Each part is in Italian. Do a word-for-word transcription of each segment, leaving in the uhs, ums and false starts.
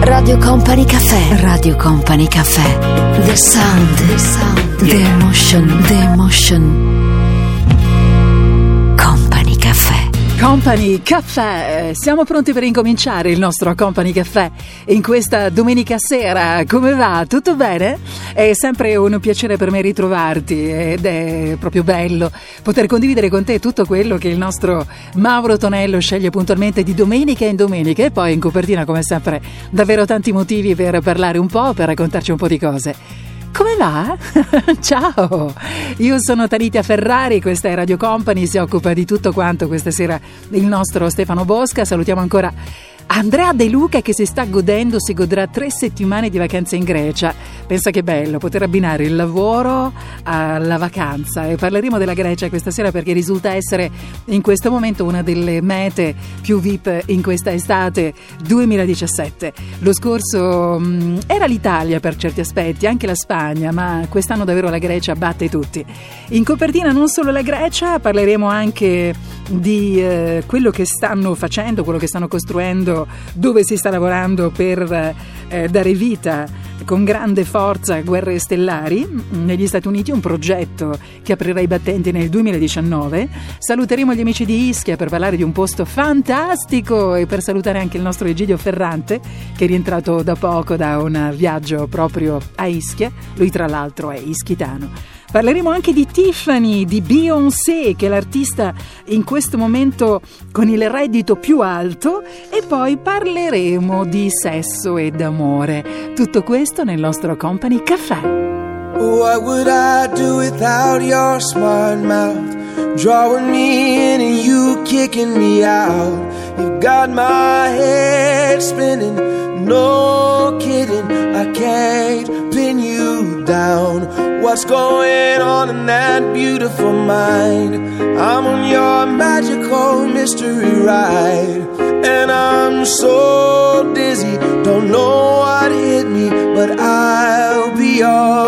Radio Company Cafè. Radio Company Cafè. The sound. The sound. The emotion. The emotion. Company Cafè. Company Caffè, siamo pronti per incominciare il nostro Company Caffè in questa domenica sera. Come va? Tutto bene? È sempre un piacere per me ritrovarti ed è proprio bello poter condividere con te tutto quello che il nostro Mauro Tonello sceglie puntualmente di domenica in domenica, e poi in copertina come sempre davvero tanti motivi per parlare un po', per raccontarci un po' di cose. Come va? Ciao, io sono Tanitia Ferrari, questa è Radio Company, si occupa di tutto quanto questa sera il nostro Stefano Bosca. Salutiamo ancora Andrea De Luca che si sta godendo, si godrà tre settimane di vacanze in Grecia. Pensa che bello poter abbinare il lavoro alla vacanza, e parleremo della Grecia questa sera perché risulta essere in questo momento una delle mete più V I P in questa estate duemiladiciassette. Lo scorso mh, era l'Italia per certi aspetti, anche la Spagna, ma quest'anno davvero la Grecia batte tutti. In copertina non solo la Grecia, parleremo anche di eh, quello che stanno facendo, quello che stanno costruendo, dove si sta lavorando per eh, dare vita con grande forza a Guerre Stellari negli Stati Uniti, un progetto che aprirà i battenti nel duemiladiciannove. Saluteremo gli amici di Ischia per parlare di un posto fantastico e per salutare anche il nostro Egidio Ferrante che è rientrato da poco da un viaggio proprio a Ischia. Lui tra l'altro è ischitano. Parleremo anche di Tiffany, di Beyoncé, che è l'artista in questo momento con il reddito più alto, e poi parleremo di sesso ed amore. Tutto questo nel nostro Company Cafè. What would I do without your smart mouth? Drawing me in and you kicking me out. You got my head spinning, no kidding, I can't pin you down. What's going on in that beautiful mind? I'm on your magical mystery ride, and I'm so dizzy, don't know what hit me, but I'll be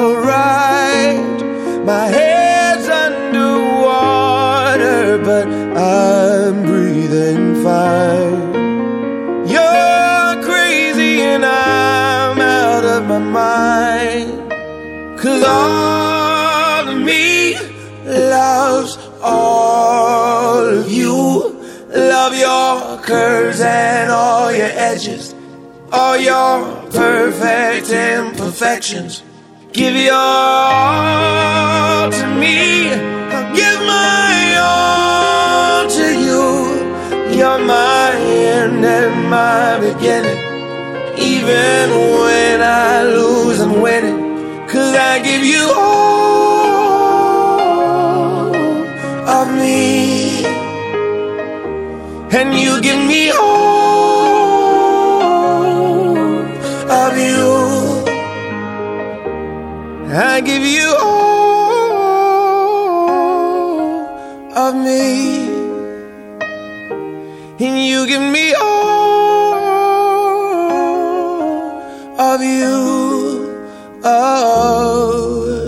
alright. My head's underwater, but I'm breathing fine. You're crazy and I'm out of my mind. 'Cause all of me loves all of you. Love your curves and all your edges, all your perfect imperfections. Give your all to me, I'll give my all to you. You're my end and my beginning. Even when I lose, I'm winning. 'Cause I give you all of me, and you give me all of you. I give you all of me, and you give me all of you. Oh.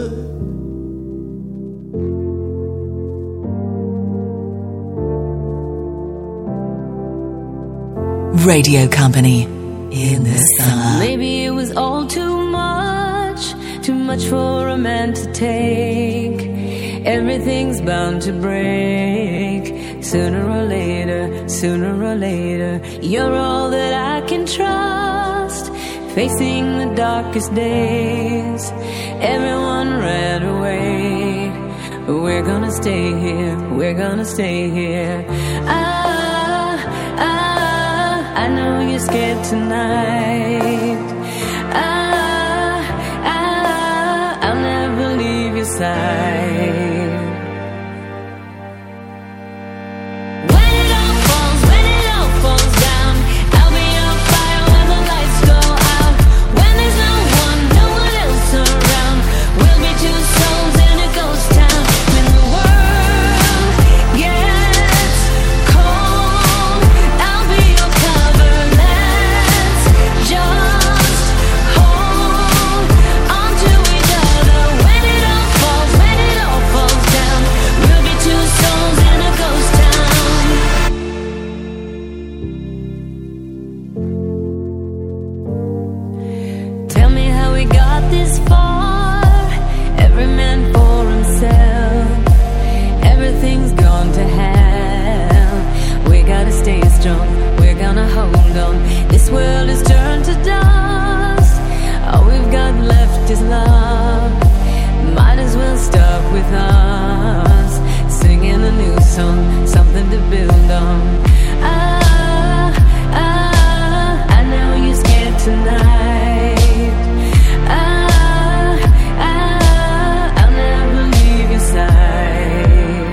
Radio Company in the summer. Maybe it was all too much, too much for a man to take. Everything's bound to break, sooner or later, sooner or later. You're all that I can trust, facing the darkest days. Everyone ran away, but we're gonna stay here, we're gonna stay here. Ah, ah, I know you're scared tonight. Ah, ah, I'll never leave your side. Just is far, every man for himself. Everything's gone to hell. We gotta stay strong, we're gonna hold on. This world is turned to dust. All we've got left is love. Might as well start with us, singing a new song, something to build on. Ah, ah, I know you're scared tonight. Ah, ah, I'll never leave your side.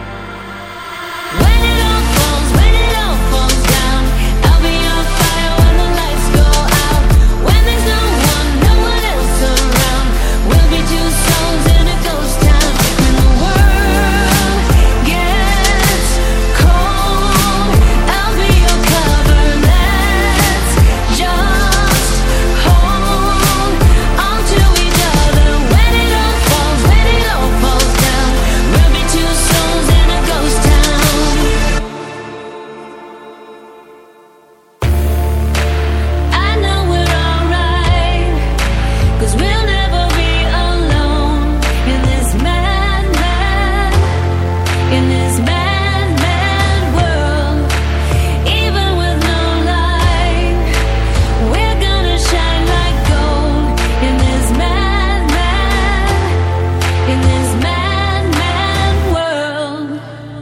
When it all falls, when it all falls down, I'll be on fire when the lights go out. When there's no one, no one else around, we'll be two souls in a ghost town. When the world gets cold, I'll be your cover. Let's just hold on to each other. When it all falls, when it all falls down, we'll be two souls in a ghost town. I know we're alright, 'cause we'll never be alone in this mad, mad, in this mad, mad world. Even with no light, we're gonna shine like gold in this mad, mad, in this mad, mad world.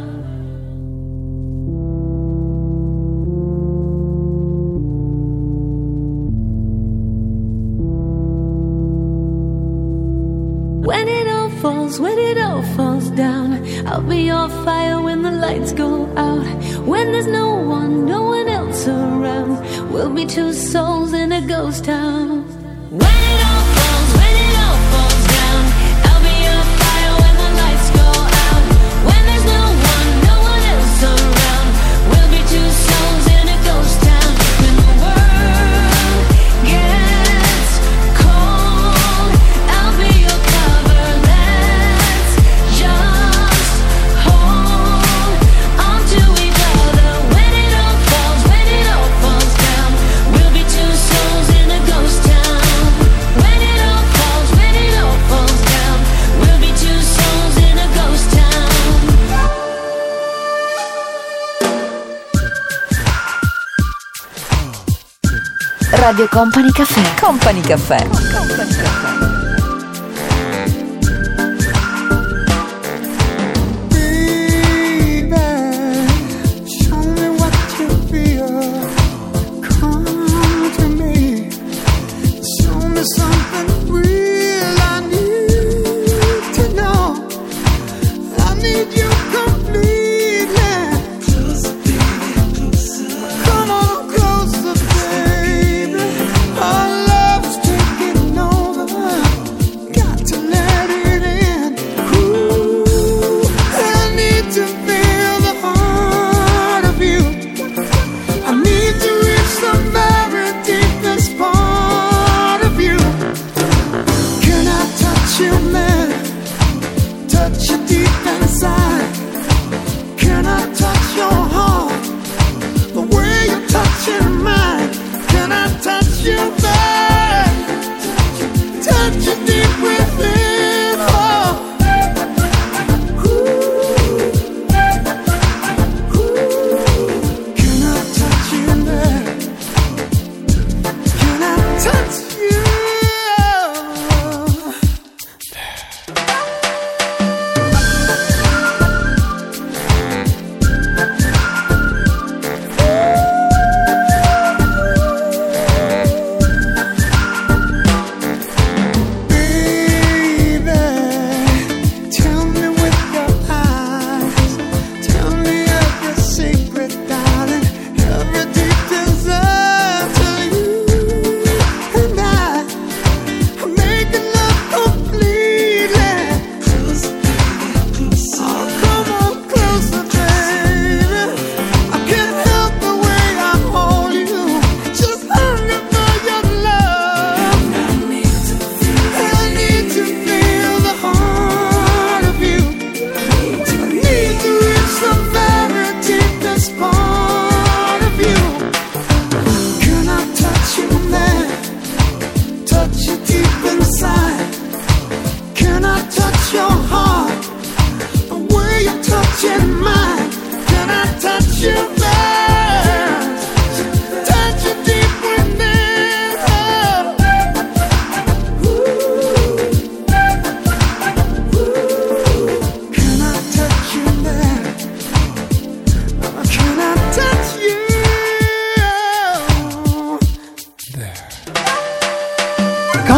When it all falls, when it all falls down, I'll be your fire when the lights go out. When there's no one, no one else around, we'll be two souls in a ghost town. When it all falls, when it all falls down, I'll be your fire when the lights go out. When there's no one, no one else around, we'll be two souls in a ghost town. When the world gets cold, I'll be your cover. Let's just hold on to each other. When it all falls, when it all falls down, we'll be two souls in a ghost town. When it all falls, when it all falls down, we'll be two souls in a ghost town. Radio Company Cafè. Company Cafè. Show me what you feel. Come to me. Show me something real. I need to know. I need you completely. Come on closer, baby. Our love's taking over. Got to let it in. Ooh, I need to feel the heart of you. I need to reach the very deepest part of you. Can I touch you, man? Touch you deep inside. Can I touch your heart the way you're touching mine? Can I touch you, man? Touch you deep within. Oh. Ooh. Ooh. Can I touch you, man? Can I touch you?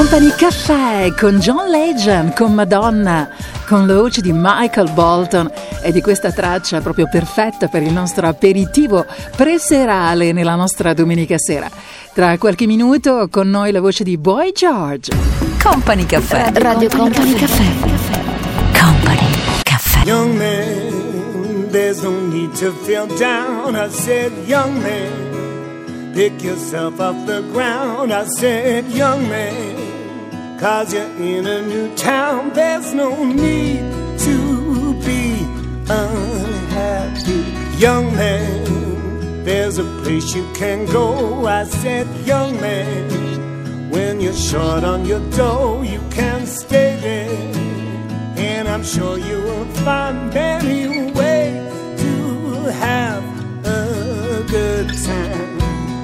Company Caffè con John Legend, con Madonna, con la voce di Michael Bolton e di questa traccia proprio perfetta per il nostro aperitivo preserale nella nostra domenica sera. Tra qualche minuto con noi la voce di Boy George. Company Caffè. Radio Company Caffè. Company Caffè. Young man, there's no need to feel down. I said, young man, pick yourself off the ground. I said, young man, cause you're in a new town. There's no need to be unhappy. Young man, there's a place you can go. I said, young man, when you're short on your dough, you can stay there. And I'm sure you will find many ways to have a good time.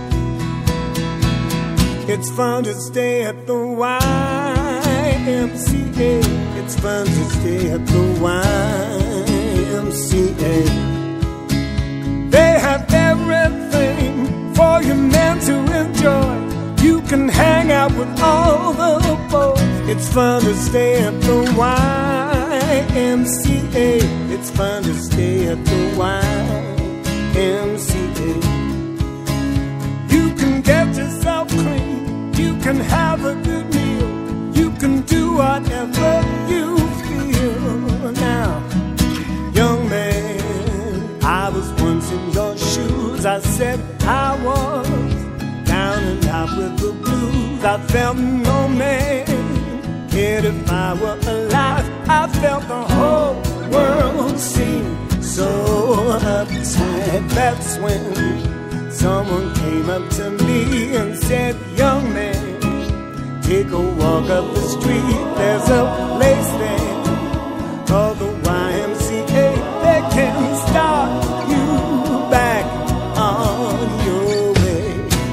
It's fun to stay at the Y M C A. It's fun to stay at the Y M C A. They have everything for your man to enjoy. You can hang out with all the boys. It's fun to stay at the Y M C A. It's fun to stay at the Y M C A. You can get yourself clean. You can have a good meal. You can do whatever you feel. Now, young man, I was once in your shoes. I said I was down and out with the blues. I felt no man cared if I were alive. I felt the whole world seemed so uptight. That's when someone came up to me and said, young man, take a walk up the street. There's a place there called the Y M C A. They can start you back on your way.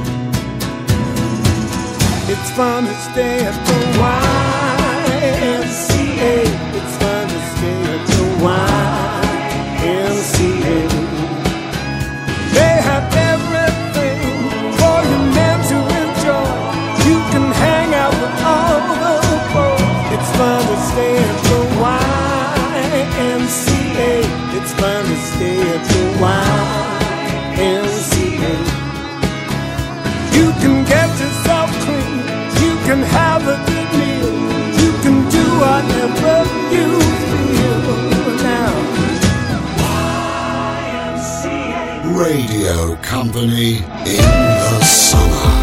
It's fun to stay at the Y M C A. It's fun to stay at the Y M C A. They have everything for your man to enjoy. You can hang out with all the boys. It's fun to stay at the Y M C A. It's fun to stay at the Y M C A. You can get yourself clean. You can have a good meal. You can do whatever you feel now. Y M C A. Radio Company in the summer.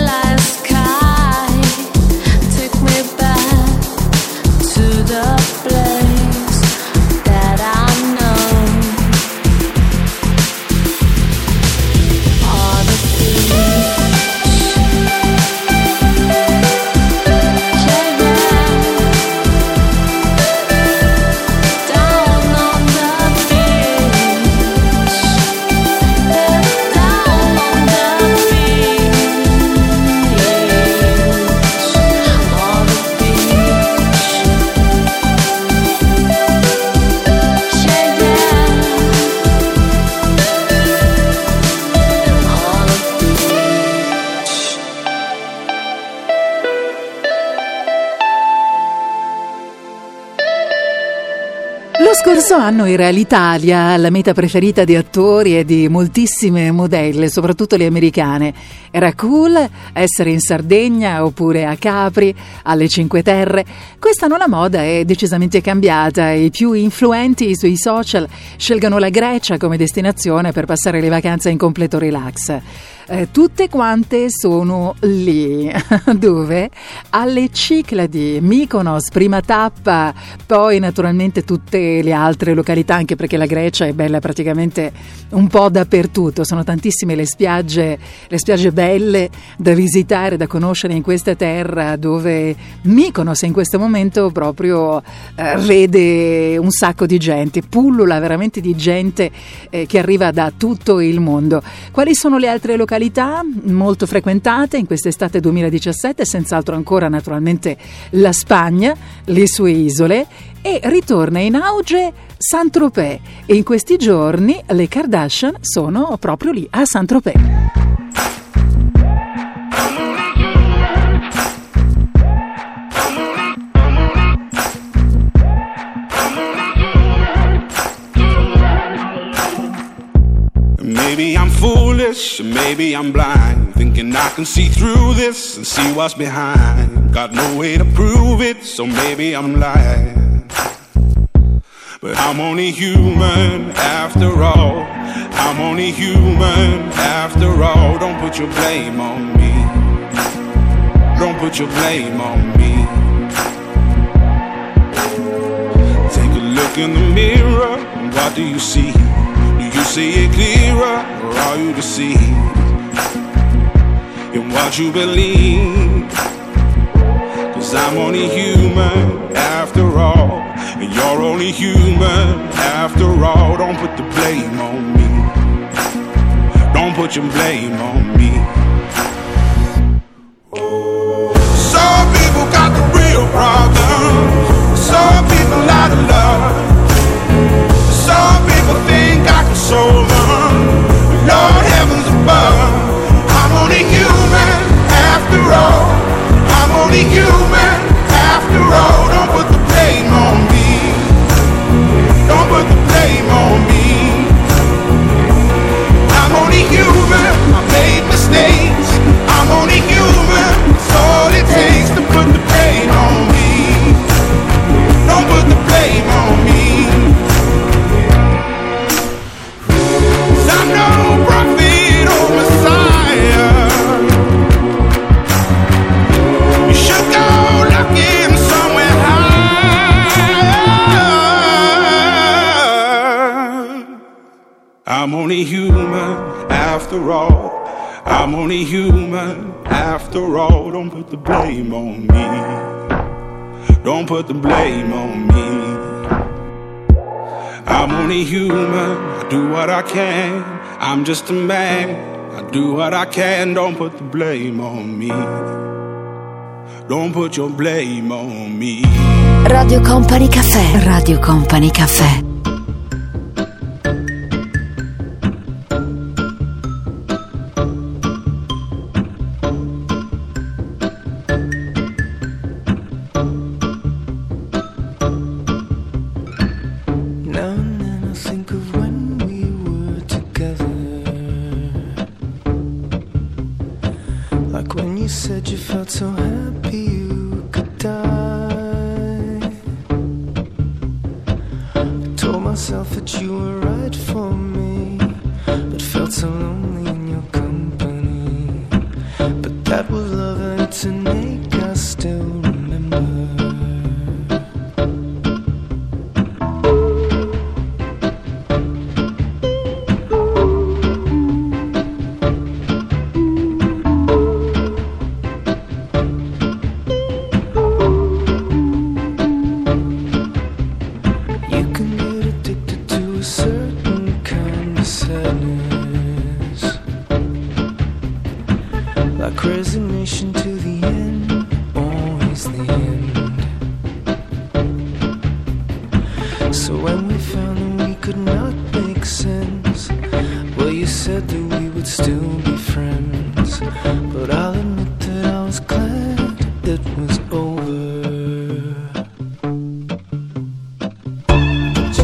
The Lo scorso anno era l'Italia la meta preferita di attori e di moltissime modelle, soprattutto le americane. Era cool essere in Sardegna oppure a Capri, alle Cinque Terre. Quest'anno la moda è decisamente cambiata e i più influenti sui social scelgono la Grecia come destinazione per passare le vacanze in completo relax. Eh, tutte quante sono lì. Dove? Alle Cycladi, Mykonos, prima tappa, poi naturalmente tutte le altre località, anche perché la Grecia è bella praticamente un po' dappertutto. Sono tantissime le spiagge, le spiagge belle da visitare, da conoscere in questa terra, dove Mykonos in questo momento proprio eh, vede un sacco di gente, pullula veramente di gente eh, che arriva da tutto il mondo. Quali sono le altre località molto frequentate in quest'estate duemiladiciassette? Senz'altro ancora naturalmente la Spagna, le sue isole, e ritorna in auge Saint-Tropez, e in questi giorni le Kardashian sono proprio lì a Saint-Tropez. Maybe I'm foolish, maybe I'm blind, thinking I can see through this and see what's behind. Got no way to prove it, so maybe I'm lying. But I'm only human after all. I'm only human after all. Don't put your blame on me. Don't put your blame on me. Take a look in the mirror, what do you see? You see it clearer, or are you deceived in what you believe? Cause I'm only human after all, and you're only human after all. Don't put the blame on me. Don't put your blame on me. Some people got the real problem. Some people out of love. Some people think I can solve them. Lord heavens above, I'm only human after all. I'm only human after all. Don't put the blame on me. Don't put the blame on me. I'm only human, I made mistakes. I'm only human, it's all it takes to put the blame on me. Don't put the blame on me. I'm no prophet or Messiah. You should go looking somewhere higher. I'm only human after all. I'm only human after all. Don't put the blame on me. Don't put the blame on me. I'm only human, I do what I can. I'm just a man, I do what I can. Don't put the blame on me. Don't put your blame on me. Radio Company Cafè. Radio Company Cafè. So happy you could die. I told myself that you were right for me, but felt so lonely in your company. But that was love and it's an ache I still remember. Resignation to the end, always the end. So when we found that we could not make sense, well, you said that we would still be friends. But I'll admit that I was glad it was over.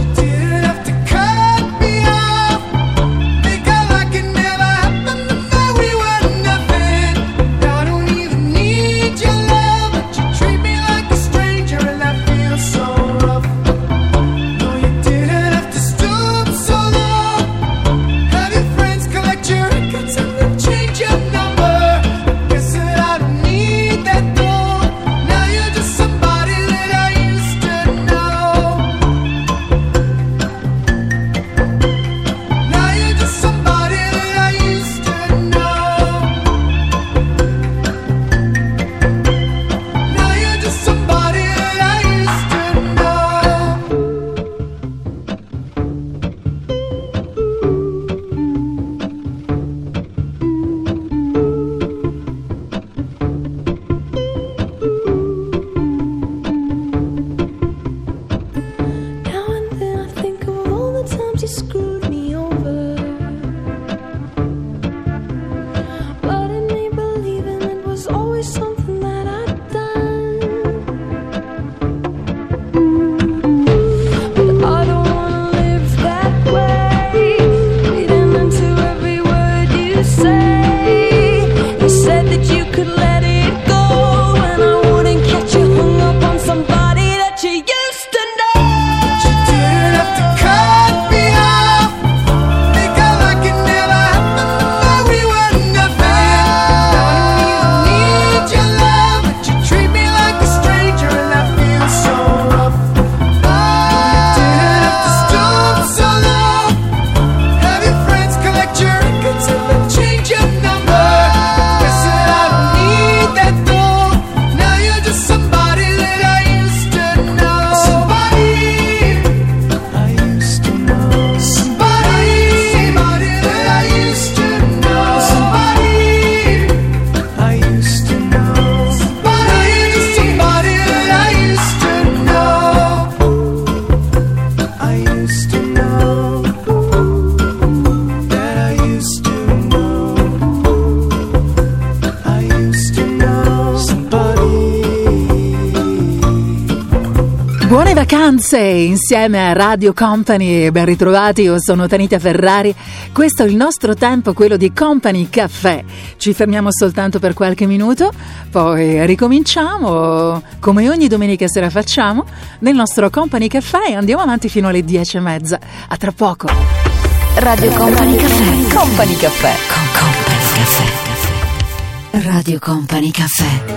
Dance insieme a Radio Company. Ben ritrovati, io sono Tanita Ferrari. Questo è il nostro tempo, quello di Company Caffè. Ci fermiamo soltanto per qualche minuto, poi ricominciamo come ogni domenica sera facciamo nel nostro Company Caffè e andiamo avanti fino alle dieci e mezza. A tra poco. Radio Company Caffè. Company Caffè. Con Company Caffè. Radio Company Caffè.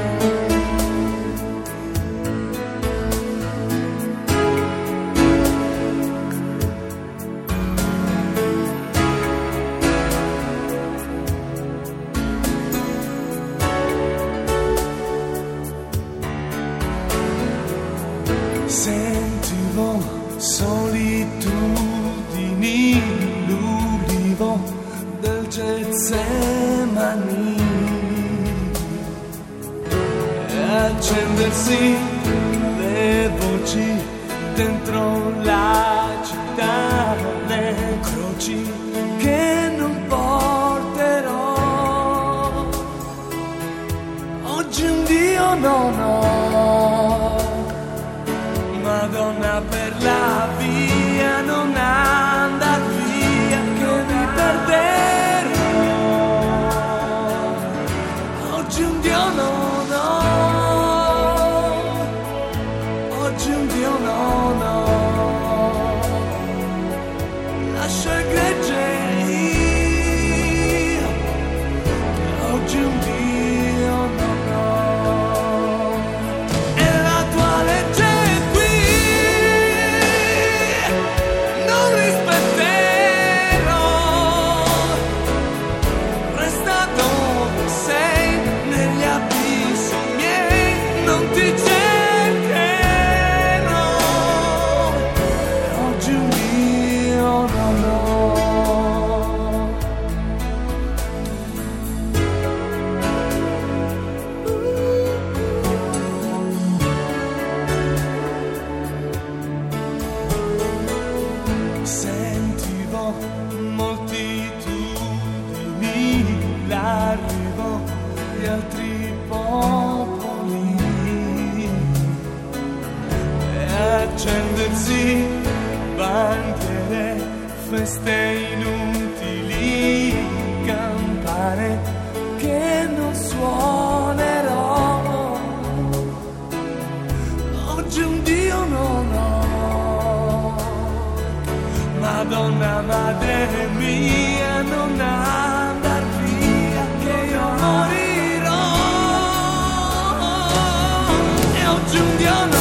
Sentivo solitudini, l'ulivo del Getsemani, accendersi le voci dentro la città, le croci che non porterò. Oggi un Dio non ho, Madonna, per la via non andar via che mi perderò. Oggi un Dio non ho, oggi un Dio non ho. Lascio il gregge io, oggi un Dio non ho. E la tua legge bandiere, feste inutili, campane che non suonerò. Oggi un Dio non ho, Madonna, madre mia, non andar via che io morirò. E oggi un Dio non ho,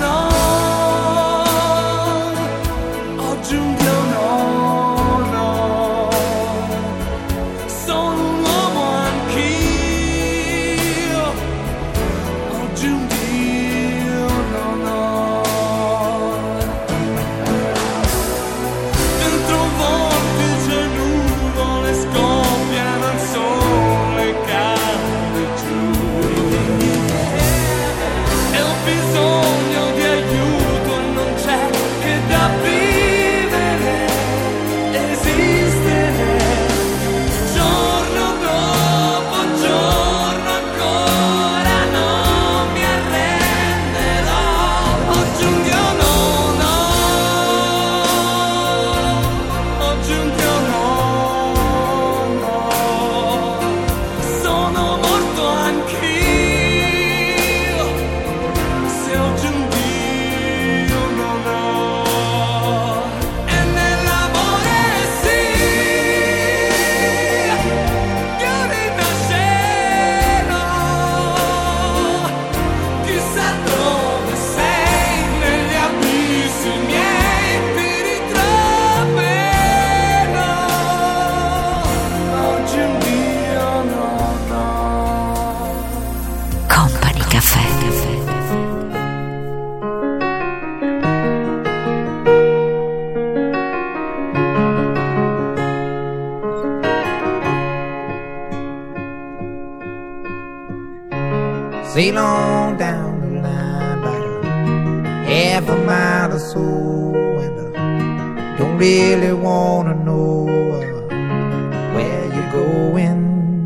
sail on down the line about a half a mile or so, and I don't really wanna know uh, where you're going.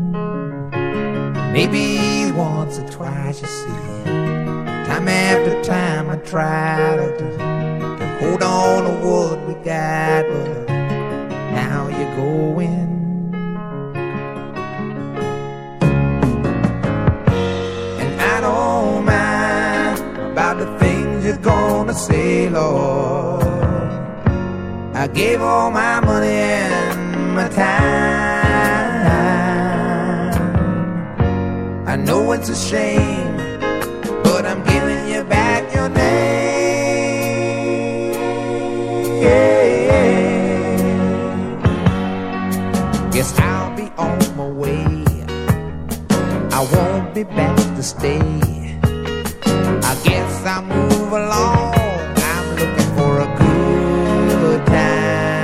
Maybe once or twice, you see, time after time I try to hold on to what we got, but now you're going. And I don't mind about the things you're gonna say, Lord. I gave all my money and my time. I know it's a shame, but I'm giving you back your name. Yeah. Guess I'll be on my way. I won't be back to stay. I guess I'll move along. I'm looking for a good time.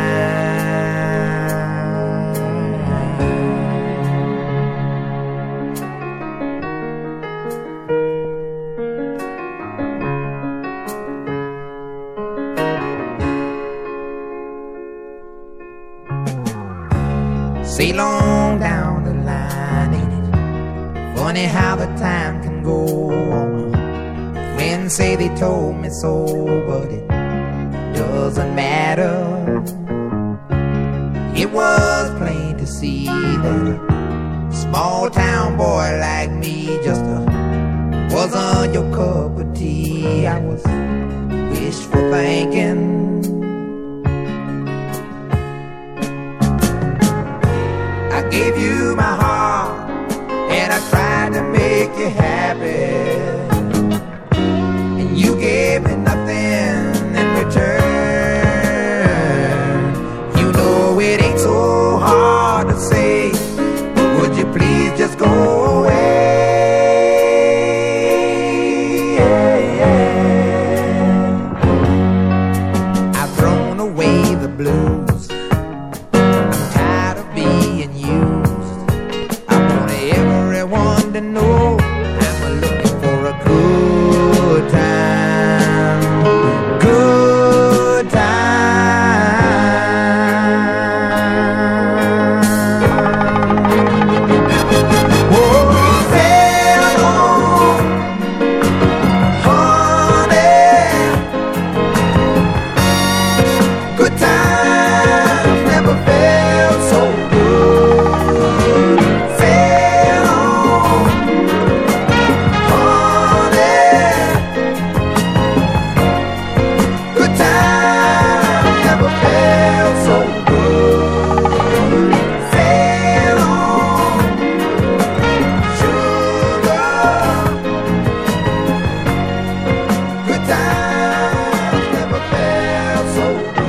Sail on down the line, ain't it funny how the time can go on? Friends say they told me so, but it doesn't matter. It was plain to see that a small town boy like me just uh, wasn't your cup of tea. I was wishful thinking. I gave you my heart and I tried to make you happy, and you gave me nothing in return. You know it ain't so hard to say, but would you please just go away? Yeah, yeah. I've thrown away the blues. I'm tired of being used. I want everyone to know I'm looking for a good time. Good time. Oh, sail on, honey. Good times never felt so good. Sail on, honey. Good times never felt so good. Sail on, sugar. Good times never felt so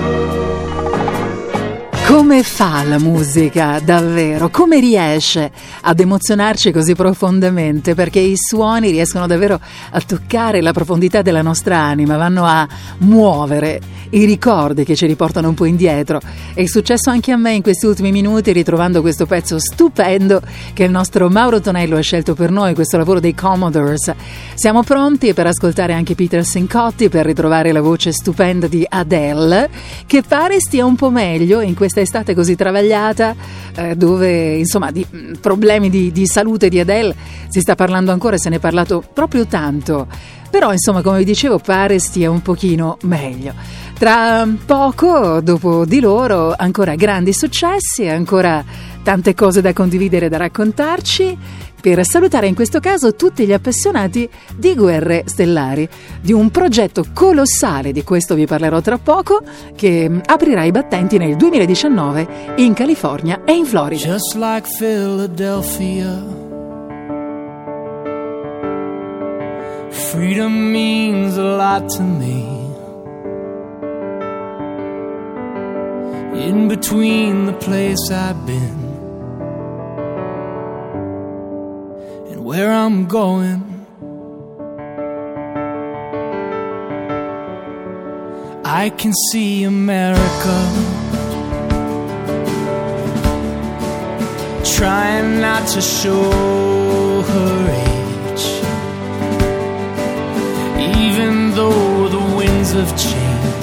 good. Come fa la musica davvero? Come riesce ad emozionarci così profondamente? Perché i suoni riescono davvero a toccare la profondità della nostra anima, vanno a muovere i ricordi che ci riportano un po' indietro. È successo anche a me in questi ultimi minuti, ritrovando questo pezzo stupendo che il nostro Mauro Tonello ha scelto per noi, questo lavoro dei Commodores. Siamo pronti per ascoltare anche Peter Sincotti, per ritrovare la voce stupenda di Adele, che pare stia un po' meglio in questa estate così travagliata, eh, dove insomma di mh, problemi di, di salute di Adele si sta parlando ancora, se ne è parlato proprio tanto. Però insomma, come vi dicevo, pare stia un pochino meglio. Tra poco, dopo di loro, ancora grandi successi, ancora tante cose da condividere, da raccontarci, per salutare in questo caso tutti gli appassionati di Guerre Stellari, di un progetto colossale, di questo vi parlerò tra poco, che aprirà i battenti nel duemiladiciannove in California e in Florida. Just like Philadelphia, freedom means a lot to me. In between the place I've been and where I'm going, I can see America trying not to show her age, even though the winds of change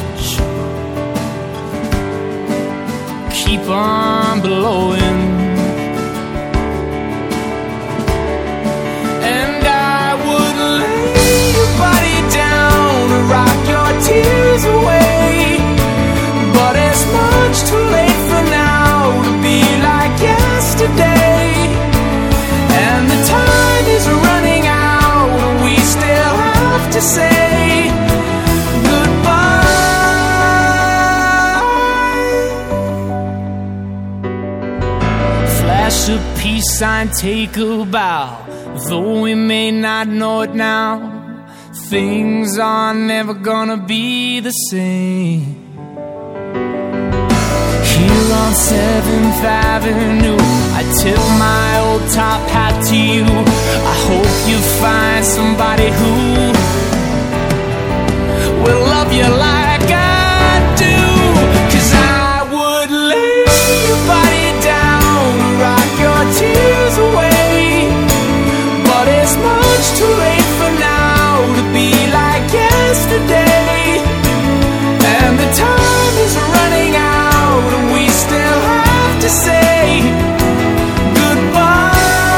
keep on blowing. And I would lay your body down and rock your tears away. sign, take a bow. Though we may not know it now, things are never gonna be the same. Here on seventh Avenue, I tip my old top hat to you. I hope you find somebody who will love you like I do. 'Cause I would lay your body down, rock your tears away. But it's much too late for now to be like yesterday. And the time is running out, and we still have to say goodbye.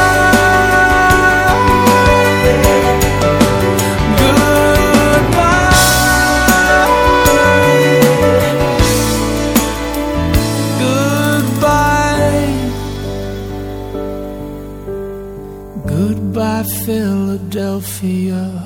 Goodbye, Philadelphia.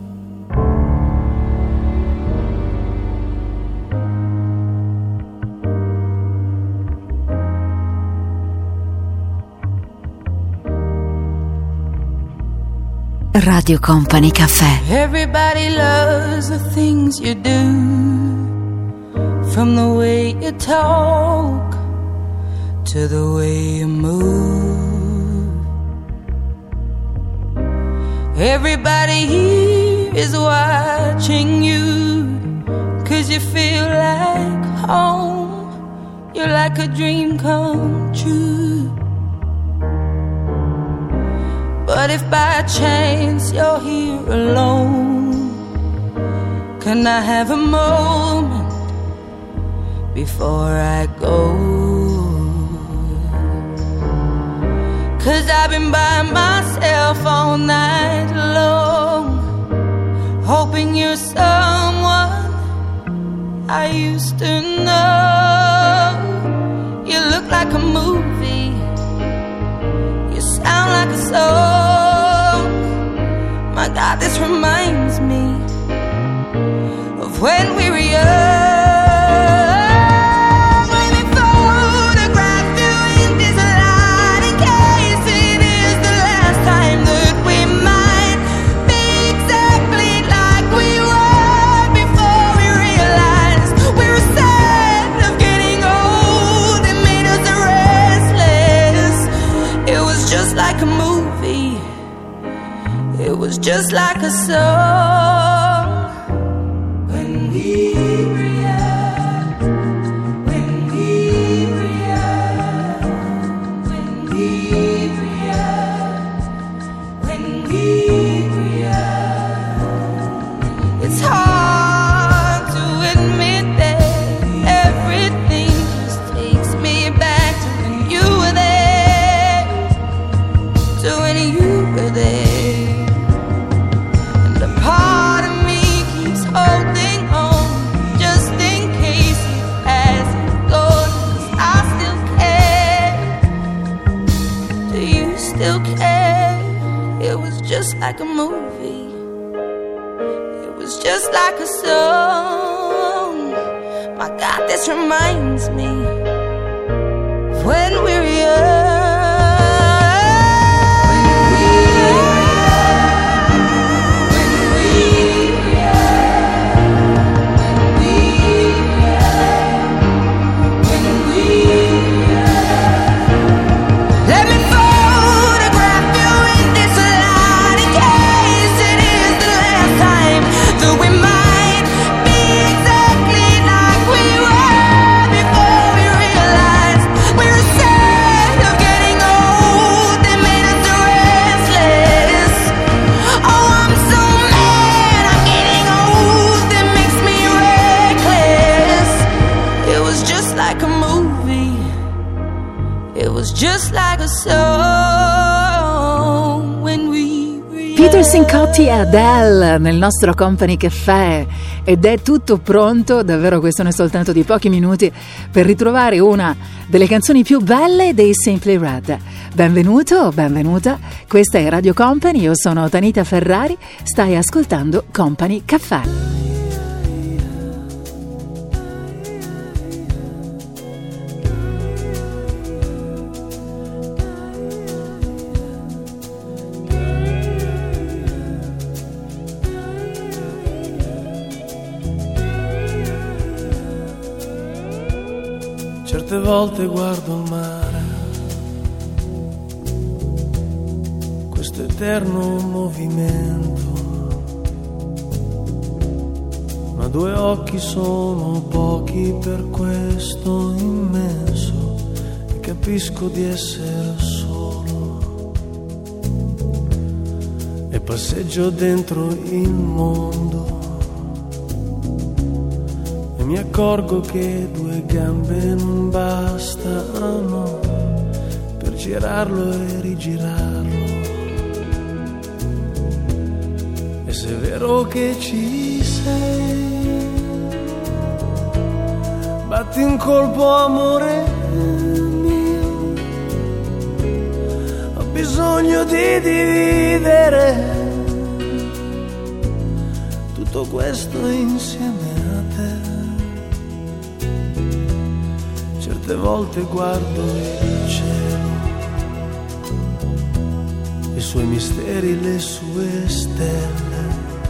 Radio Company Caffè. Everybody loves the things you do, from the way you talk to the way you move. Everybody here is watching you, 'cause you feel like home. You're like a dream come true. But if by chance you're here alone, can I have a moment before I go? 'Cause I've been by myself all night long, hoping you're someone I used to know. You look like a movie, you sound like a song. My God, this reminds me of when we were young. Just like a song. When we react, when we react, when we react, when we react. It's hard to admit that everything just takes me back to when you were there, to when you were there. Just like a movie, it was just like a song. My God, this reminds me of when we were young. Just like a song when we Peter Sincotti e Adele nel nostro Company Caffè, ed è tutto pronto, davvero questione soltanto di pochi minuti, per ritrovare una delle canzoni più belle dei Simply Red. Benvenuto, benvenuta, questa è Radio Company, io sono Tanita Ferrari, stai ascoltando Company Caffè. Certe volte guardo il mare, questo eterno movimento, ma due occhi sono pochi per questo immenso, e capisco di essere solo, e passeggio dentro il mondo. E mi accorgo che due gambe non bastano per girarlo e rigirarlo. E se è vero che ci sei, batti un colpo, amore mio. Ho bisogno di dividere tutto questo insieme a te. Certe volte guardo il cielo, i suoi misteri, le sue stelle,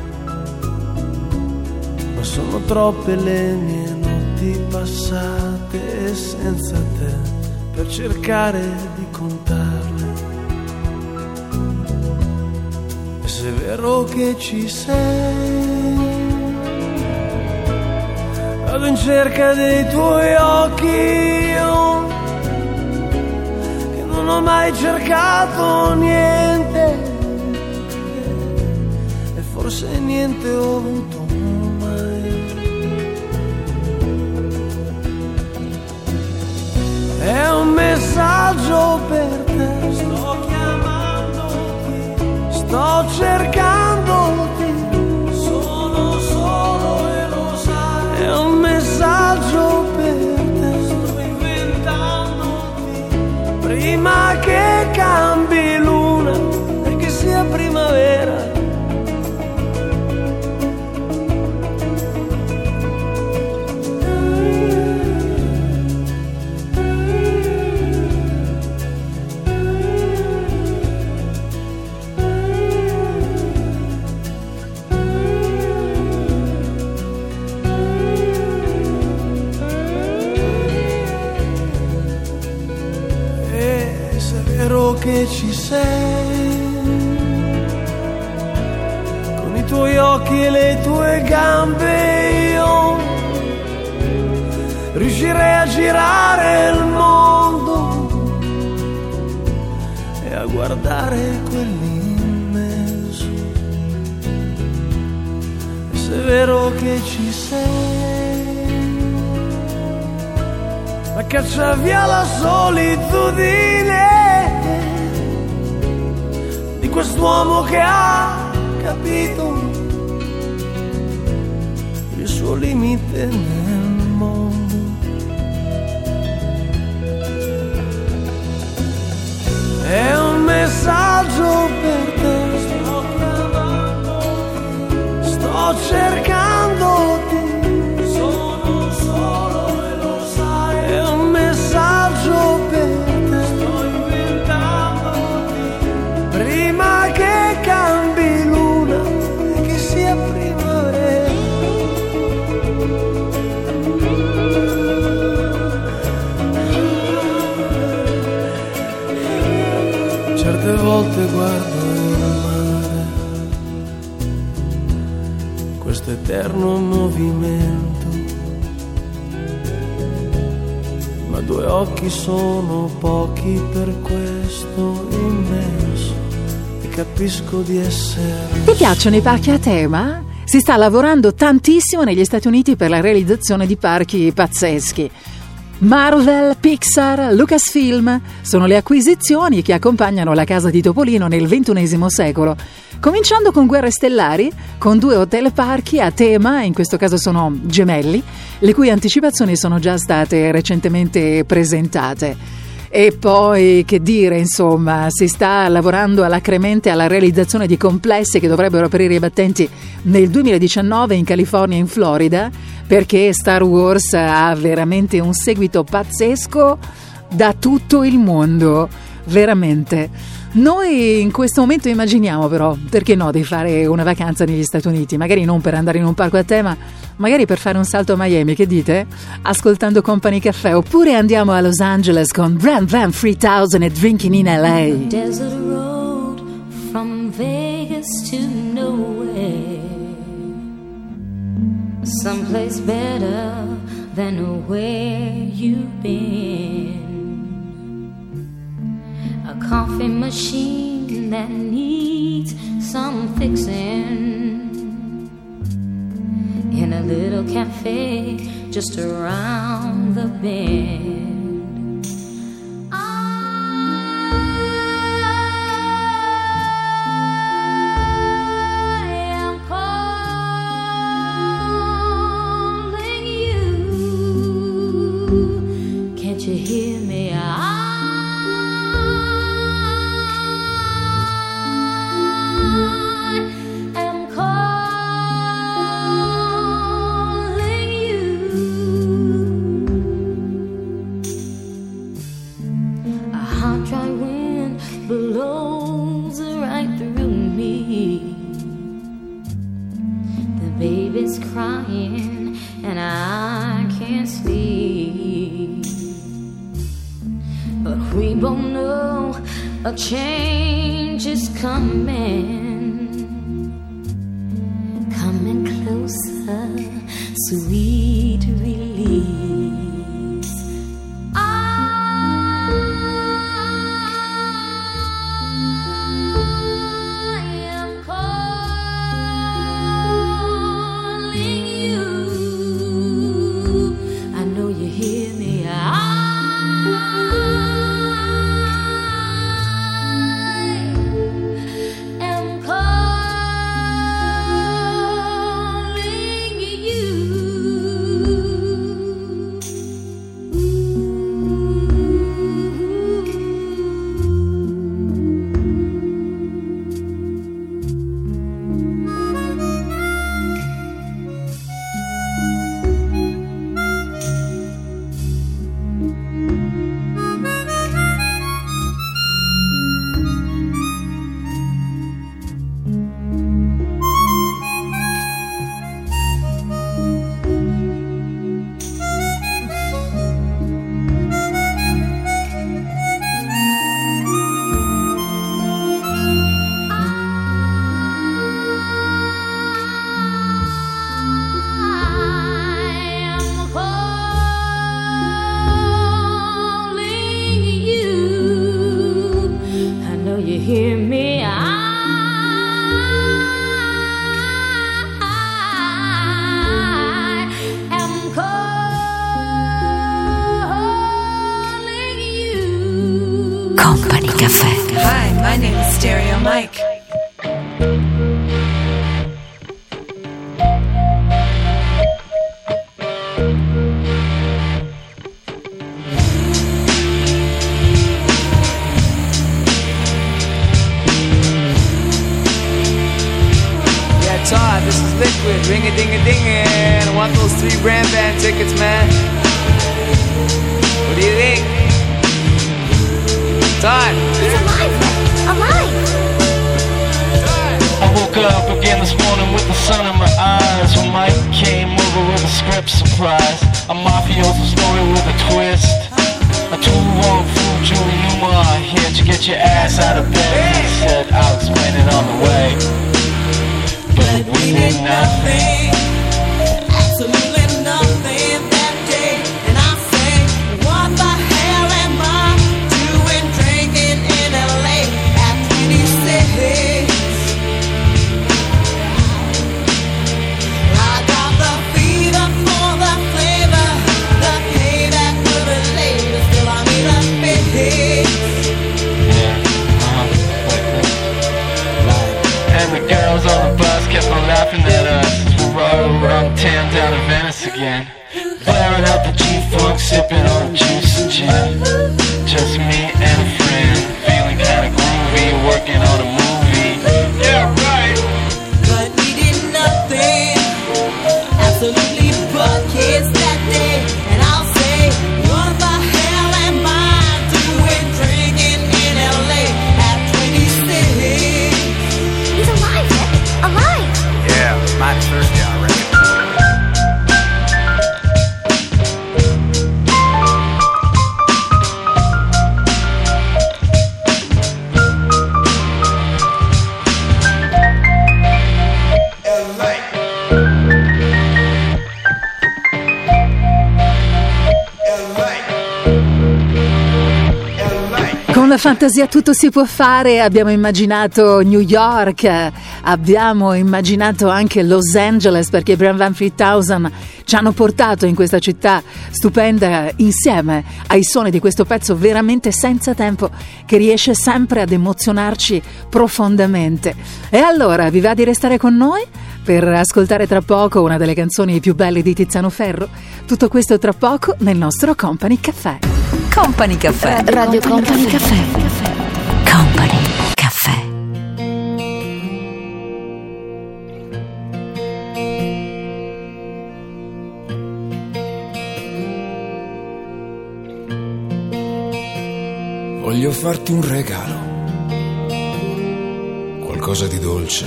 ma sono troppe le mie notti passate senza te per cercare di contarle. E se è vero che ci sei, vado in cerca dei tuoi occhi, io che non ho mai cercato niente, e forse niente ho avuto mai. È un messaggio per te, sto chiamandoti, sto cercandoti, sono solo e lo sai. È un messaggio per te, sto inventandoti, prima che cambi luna e che sia primavera. Che ci sei, con i tuoi occhi e le tue gambe, io riuscirei a girare il mondo e a guardare quell'immenso. E se è vero che ci sei, ma caccia via la solitudine di quest'uomo che ha capito il suo limite nel mondo. È un messaggio per te, sto chiamandoti, sto cercandoti, sono solo e lo sai. È un messaggio per te, sto inventandoti, prima che cambi luna e che sia primavera. Certe volte guardo il mare, questo eterno movimento, ma due occhi sono pochi per questo immenso, e capisco di essere. Ti piacciono i parchi a tema? Si sta lavorando tantissimo negli Stati Uniti per la realizzazione di parchi pazzeschi. Marvel, Pixar, Lucasfilm sono le acquisizioni che accompagnano la casa di Topolino nel ventunesimo secolo, cominciando con Guerre Stellari, con due hotel parchi a tema, in questo caso sono gemelli, le cui anticipazioni sono già state recentemente presentate. E poi, che dire, insomma, si sta lavorando alacremente alla realizzazione di complessi che dovrebbero aprire i battenti nel duemiladiciannove in California e in Florida, perché Star Wars ha veramente un seguito pazzesco da tutto il mondo. veramente. Noi in questo momento immaginiamo però, perché no, di fare una vacanza negli Stati Uniti, magari non per andare in un parco a tema, magari per fare un salto a Miami, che dite? Ascoltando Company Cafè, oppure andiamo a Los Angeles con Bram Bram three-thousand e Drinking in L A. Desert road from Vegas to nowhere, someplace better than where you've been. A coffee machine that needs some fixing in a little cafe just around the bend. I am calling you. Can't you hear me? I baby's crying and I can't sleep, but we both know a change is coming, coming closer, sweet release. And I'll say, what the hell am I doing drinking in la fantasia tutto si può fare, abbiamo immaginato New York, abbiamo immaginato anche Los Angeles, perché Bram Van Vliet ci hanno portato in questa città stupenda insieme ai suoni di questo pezzo veramente senza tempo che riesce sempre ad emozionarci profondamente. E allora vi va di restare con noi per ascoltare tra poco una delle canzoni più belle di Tiziano Ferro? Tutto questo tra poco nel nostro Company Cafè. Company Cafè. Radio Company Cafè. Company Cafè. Voglio farti un regalo, qualcosa di dolce,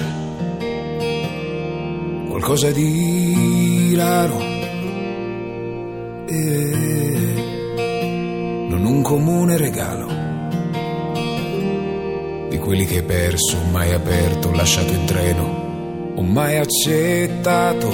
qualcosa di raro, e non un comune regalo, di quelli che hai perso, mai aperto, lasciato in treno, o mai accettato,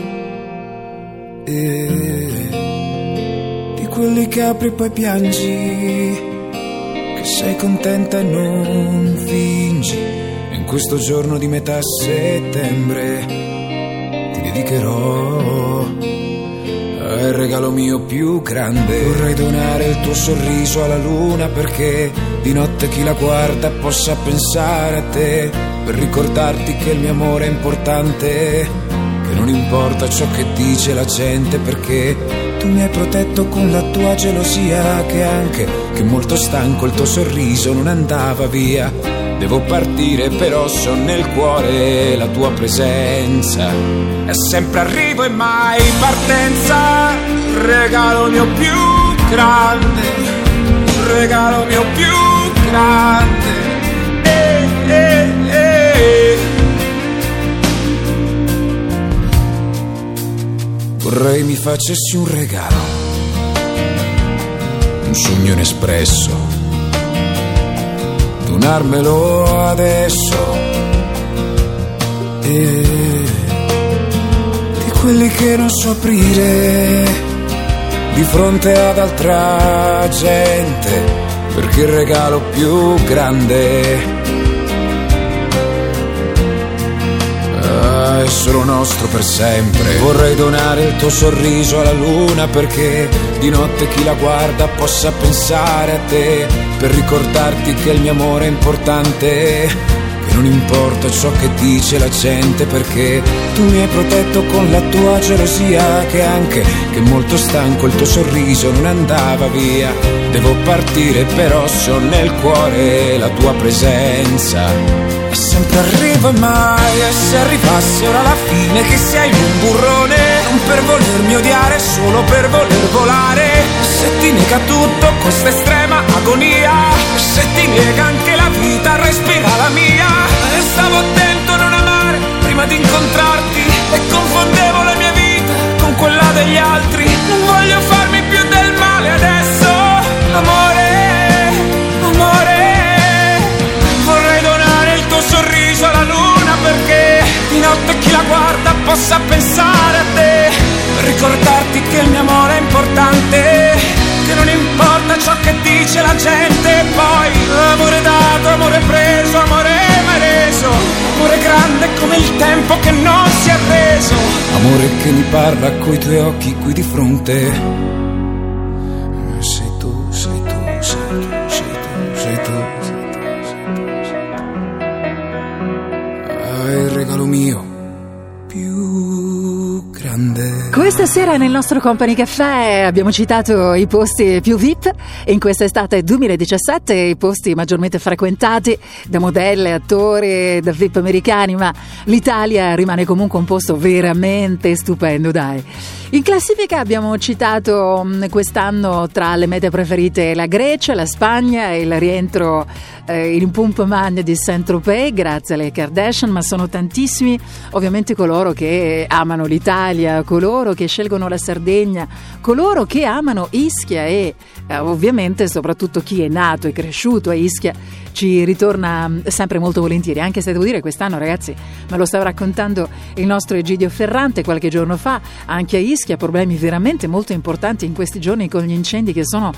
e di quelli che apri e poi piangi, che sei contenta e non fingi. In questo giorno di metà settembre ti dedicherò al regalo mio più grande. Vorrei donare il tuo sorriso alla luna, perché di notte chi la guarda possa pensare a te, per ricordarti che il mio amore è importante, che non importa ciò che dice la gente, perché tu mi hai protetto con la tua gelosia, che anche che molto stanco il tuo sorriso non andava via. Devo partire però so nel cuore la tua presenza, è sempre arrivo e mai partenza. Regalo mio più grande, regalo mio più grande, eh, eh, eh. Vorrei mi facessi un regalo, un sogno inespresso, donarmelo adesso, e di quelli che non so aprire di fronte ad altra gente, perché il regalo più grande è solo nostro per sempre. Vorrei donare il tuo sorriso alla luna, perché di notte chi la guarda possa pensare a te, per ricordarti che il mio amore è importante, che non importa ciò che dice la gente, perché tu mi hai protetto con la tua gelosia, che anche che molto stanco il tuo sorriso non andava via. Devo partire però so nel cuore la tua presenza, e sempre arrivo e mai, e se arrivasse ora la fine, che sei un burrone, non per volermi odiare, solo per voler volare. Se ti nega tutto questa estrema agonia, se ti nega anche la vita, respira la mia. E stavo attento a non amare prima di incontrarti, e confondevo la mia vita con quella degli altri. Non voglio farmi più del male adesso, amore, amore. Vorrei donare il tuo sorriso alla luna, perché di notte chi la guarda possa pensare a te, per ricordarti che il mio amore è importante, che non importa ciò che dice la gente. Poi amore dato, amore preso, amore mai reso, amore grande come il tempo che non si è arreso, amore che mi parla coi tuoi occhi qui di fronte. Sei tu, sei tu, sei tu, sei tu, sei tu, sei tu, sei tu, sei tu. Ah, il regalo mio più grande. Questa sera nel nostro Company Cafè abbiamo citato i posti più V I P in questa estate duemiladiciassette, i posti maggiormente frequentati da modelle, attori, da V I P americani, ma l'Italia rimane comunque un posto veramente stupendo, dai. In classifica abbiamo citato quest'anno tra le mete preferite la Grecia, la Spagna e il rientro eh, in Pompe Magna di Saint-Tropez grazie alle Kardashian, ma sono tantissimi ovviamente coloro che amano l'Italia, coloro che scelgono la Sardegna, coloro che amano Ischia e eh, ovviamente soprattutto chi è nato e cresciuto a Ischia ci ritorna sempre molto volentieri, anche se devo dire quest'anno, ragazzi, me lo stava raccontando il nostro Egidio Ferrante qualche giorno fa, anche a Ischia problemi veramente molto importanti in questi giorni con gli incendi che sono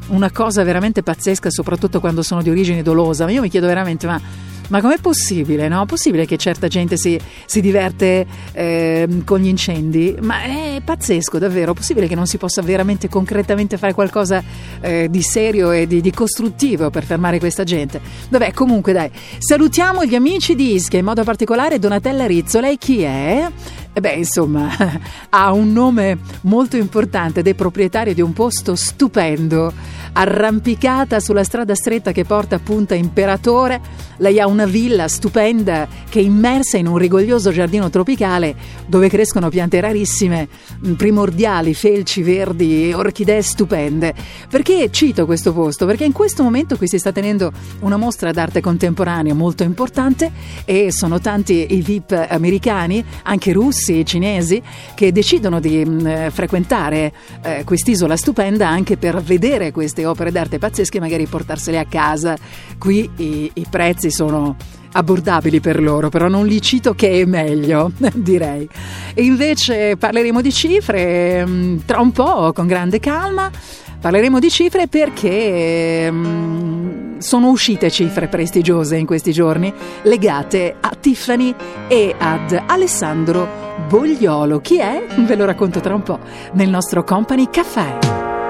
una cosa veramente pazzesca, soprattutto quando sono di origine dolosa. Ma io mi chiedo veramente, ma Ma com'è possibile, no? Possibile che certa gente si, si diverte eh, con gli incendi? Ma è pazzesco, davvero. Possibile che non si possa veramente concretamente fare qualcosa eh, di serio e di, di costruttivo per fermare questa gente? Vabbè, comunque dai, salutiamo gli amici di Ischia, in modo particolare Donatella Rizzo. Lei chi è? E beh, insomma, ha un nome molto importante ed è proprietario di un posto stupendo, arrampicata sulla strada stretta che porta a Punta Imperatore. Lei ha una villa stupenda che è immersa in un rigoglioso giardino tropicale dove crescono piante rarissime, primordiali, felci verdi e orchidee stupende. Perché cito questo posto? Perché in questo momento qui si sta tenendo una mostra d'arte contemporanea molto importante e sono tanti i V I P americani, anche russi e cinesi, che decidono di mh, frequentare eh, quest'isola stupenda anche per vedere queste opere d'arte pazzesche e magari portarsele a casa. Qui i, i prezzi sono abbordabili per loro, però non li cito che è meglio, direi. E invece parleremo di cifre mh, tra un po', con grande calma. Parleremo di cifre perché mh, sono uscite cifre prestigiose in questi giorni legate a Tiffany e ad Alessandro Bogliolo. Chi è? Ve lo racconto tra un po' nel nostro Company Café.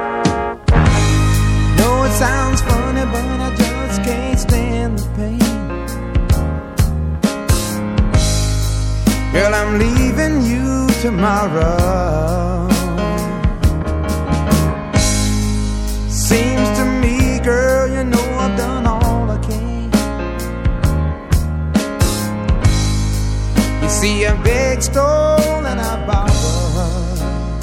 No, it sounds funny, but I just can't stand the pain. Girl, I'm leaving you tomorrow. Seems to me, girl, you know I've done all I can. You see, I beg, stole, and I borrowed.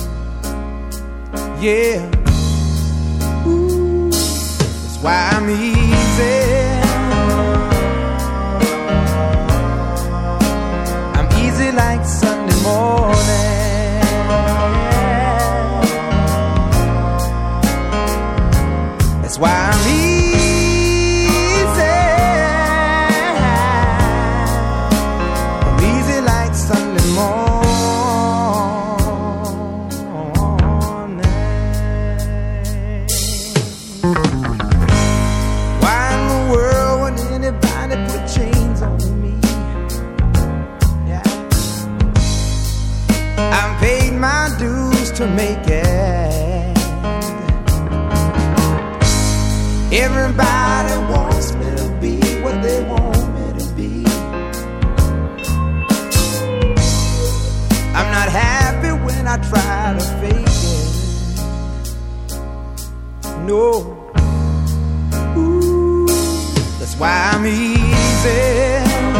Yeah. Ooh, that's why I'm easy. I'm easy like Sunday morning. That's why I'm easy. I'm easy like Sunday morning. Why in the world would anybody put chains on me? Yeah. I've paid my dues to make it. Everybody wants me to be what they want me to be. I'm not happy when I try to fake it. No. Ooh, that's why I'm easy.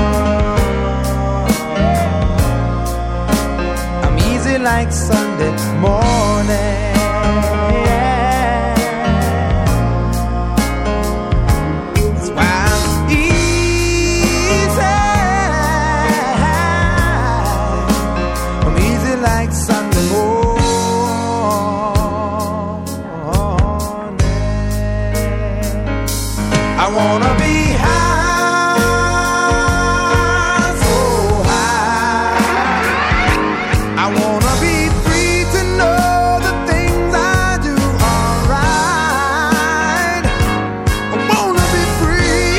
I'm easy like Sunday morning. I wanna be high, so high. I wanna be free to know the things I do are right. I wanna be free,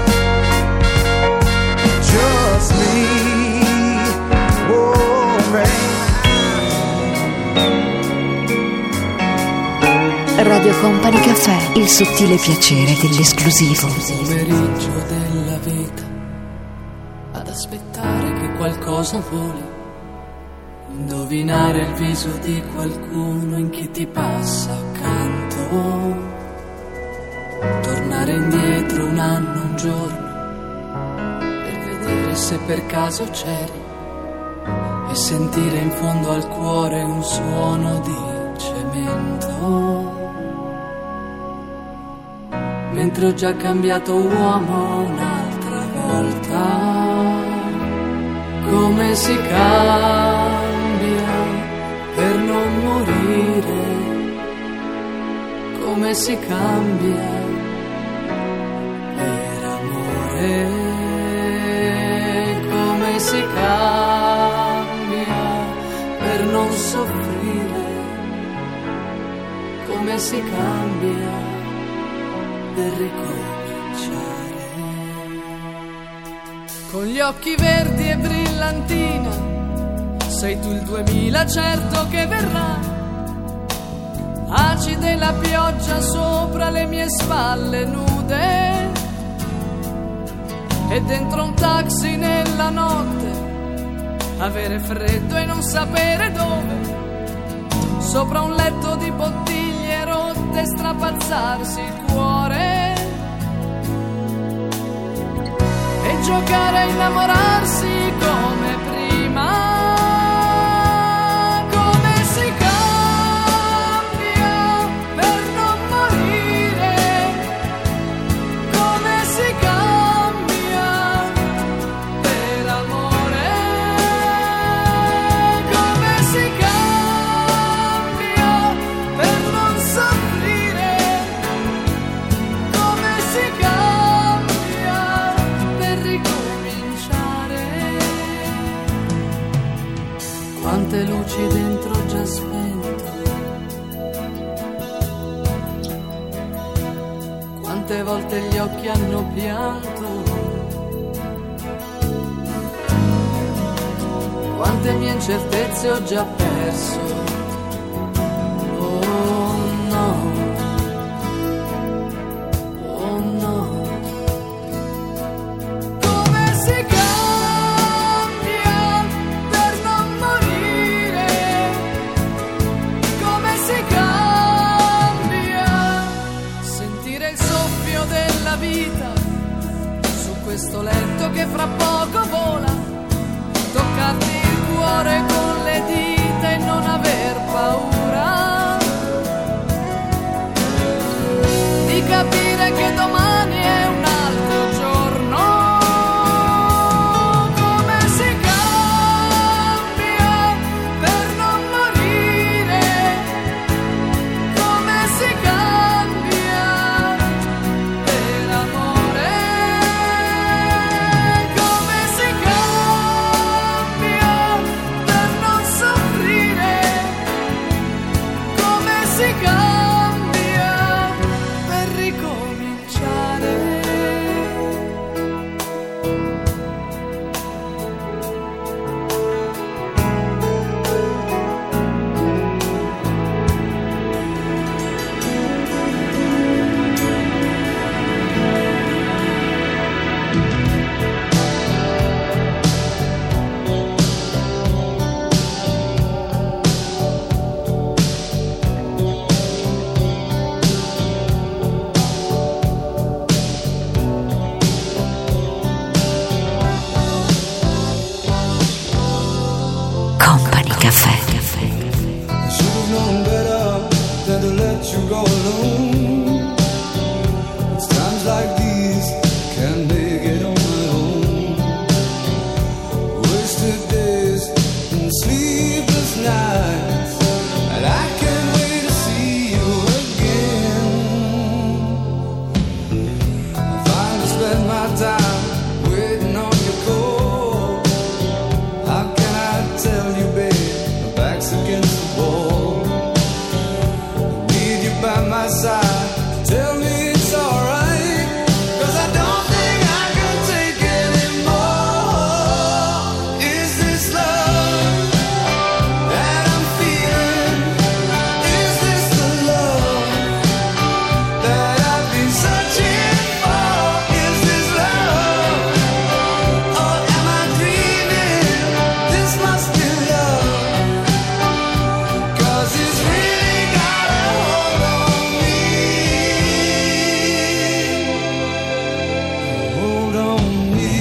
just me, oh baby. Radio Company Café, il sottile piacere dell'esclusivo. Pomeriggio della vita, ad aspettare che qualcosa voli, indovinare il viso di qualcuno in chi ti passa accanto, tornare indietro un anno, un giorno, per vedere se per caso c'eri e sentire in fondo al cuore un suono di cemento. Mentre ho già cambiato uomo un'altra volta, come si cambia per non morire, come si cambia per amore, come si cambia per non soffrire, come si cambia per ricominciare. Con gli occhi verdi e brillantina, sei tu il duemila certo che verrà. Acide la pioggia sopra le mie spalle nude, e dentro un taxi nella notte, avere freddo e non sapere dove, sopra un letto di bottiglie rotte strapazzarsi il cuore, e giocare a innamorarsi come prima. Quante luci dentro già spento, quante volte gli occhi hanno pianto, quante mie incertezze ho già perso. Oh no, oh no. Come si cambia per non morire, come si cambia, sentire il soffio della vita su questo letto che fra poco vola, toccarti il cuore con le dita e non aver paura di capire che domani è un altro giorno. Come si cambia per non morire, come si cambia per amore, come si cambia per non soffrire, come si cambia per ricominciare. Company Café. I should have known better than to let you go alone. It's times like these can't make it on my own. Wasted days and sleepless nights, and I can't wait to see you again. I finally spent my time waiting on your call. How can I tell you, babe, my back's against the wall. I need you by my side, tell me it's alright, 'cause I don't think I can take anymore. Is this love that I'm feeling? Is this the love that I've been searching for? Is this love, or am I dreaming? This must be love, 'cause it's really got a hold on me. Hold on me.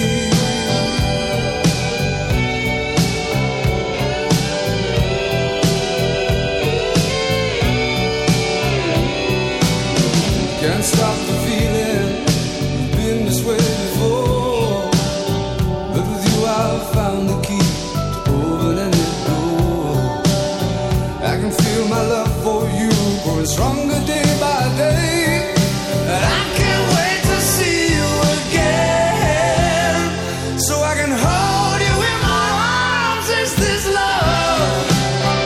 Can't stop the feeling, I've been this way before, but with you I've found the key to open any door. I can feel my love for you growing stronger day by day, and I can't wait to see you again, so I can hold you in my arms. Is this love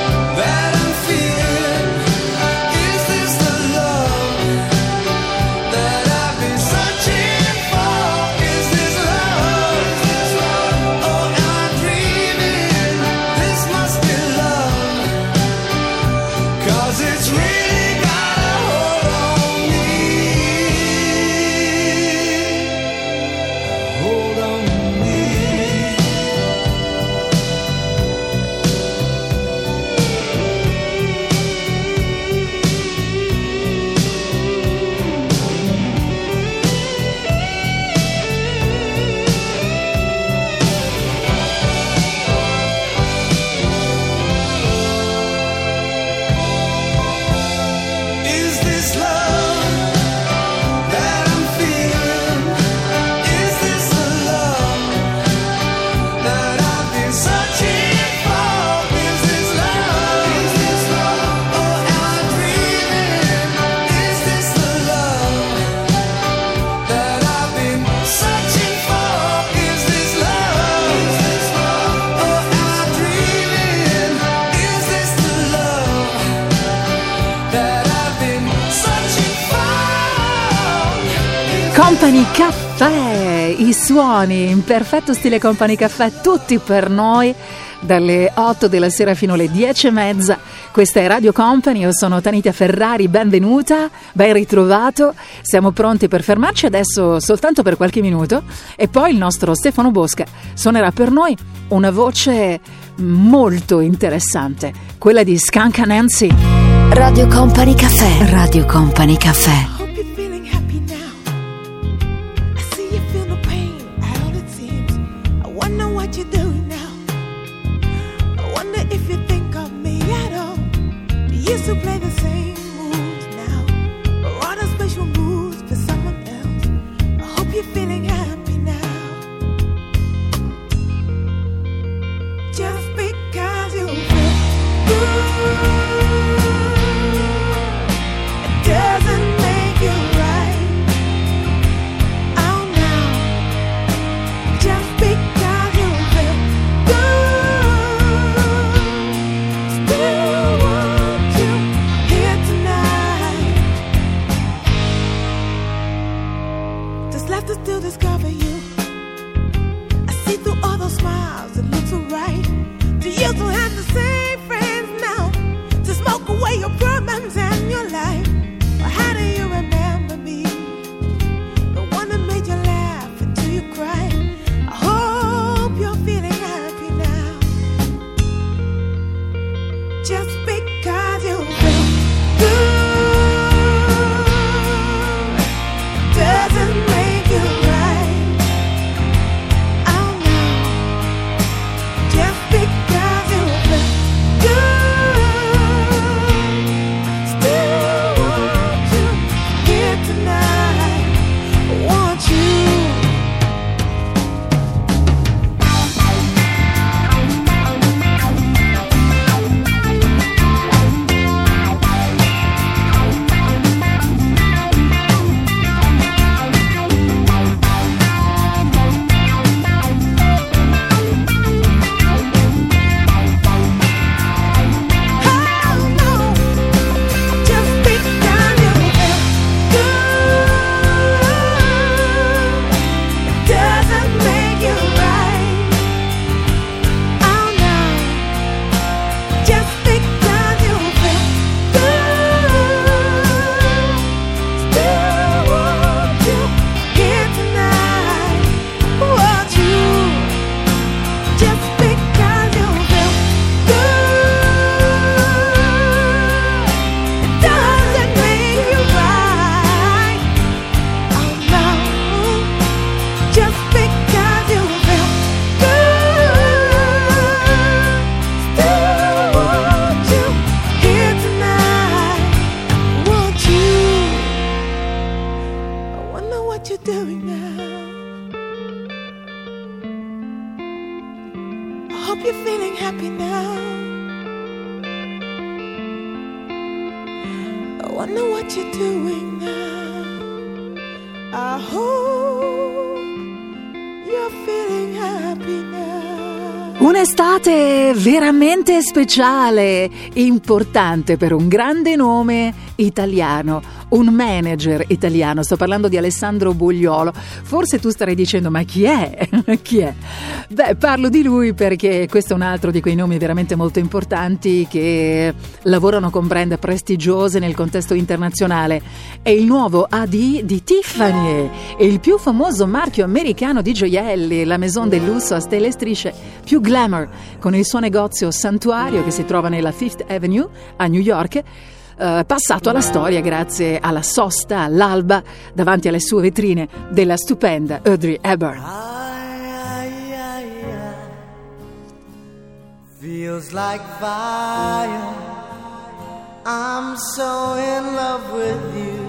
that I'm feeling? Is this the love Company Caffè, i suoni in perfetto stile Company Caffè, tutti per noi, dalle otto della sera fino alle dieci e mezza. Questa è Radio Company, io sono Tanita Ferrari, benvenuta, ben ritrovato. Siamo pronti per fermarci adesso soltanto per qualche minuto e poi il nostro Stefano Bosca suonerà per noi una voce molto interessante, quella di Skunk Anansi. Radio Company Caffè, Radio Company Caffè. To play the same moves now, or on a special moves for someone else. I hope you're feeling happy now. Just because you feel good, it doesn't make you right. Oh no, just because you feel good, still want you here tonight. Just left us to discover you. I see through all those smiles, it looks so right. Do you still have the same friends now to smoke away your problems and your life? Or how do you remember me? The one that made you laugh until you cried. I hope you're feeling happy now. Just because you feel good doesn't make you right. Oh no, just because you feel good, still want you here tonight. Want you. Un'estate veramente speciale, importante per un grande nome italiano, un manager italiano. Sto parlando di Alessandro Bugliolo. Forse tu starai dicendo: ma chi è? Chi è? Beh, parlo di lui perché questo è un altro di quei nomi veramente molto importanti che lavorano con brand prestigiose nel contesto internazionale. È il nuovo A D di Tiffany, è il più famoso marchio americano di gioielli, la maison del lusso a stelle e strisce più glamour, con il suo negozio Santuario che si trova nella Fifth Avenue a New York. Uh, passato alla storia grazie alla sosta all'alba davanti alle sue vetrine della stupenda Audrey Hepburn. Feels like fire. I'm so in love with you.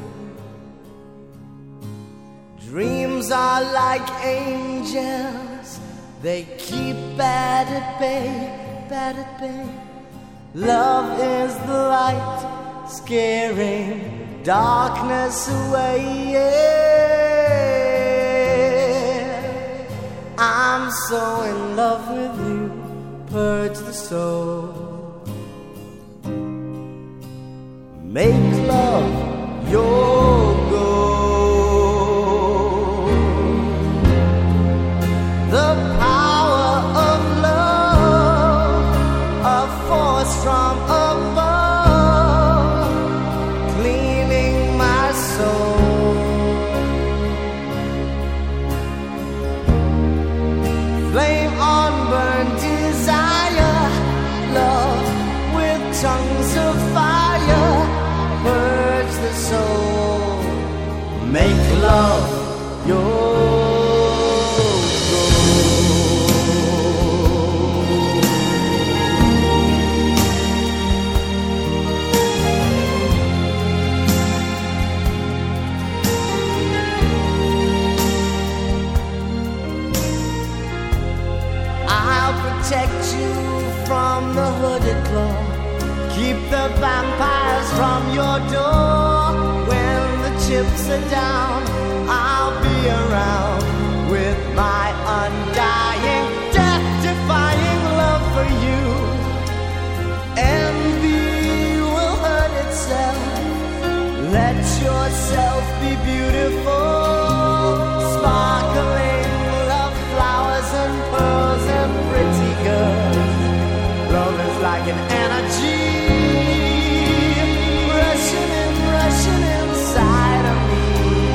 Dreams are like angels. They keep bad at bay, bad at bay. Love is the light, scaring darkness away. Yeah. I'm so in love with you, purge the soul. Make love your goal. love your protect you from the hooded claw. Keep the vampires from your door. When the chips are down, I'll be around with my undying, death-defying love for you. Envy will hurt itself. Let yourself be beautiful, sparkling love flowers and pearls and pretty girls. Love is like an energy rushing and rushing inside of me.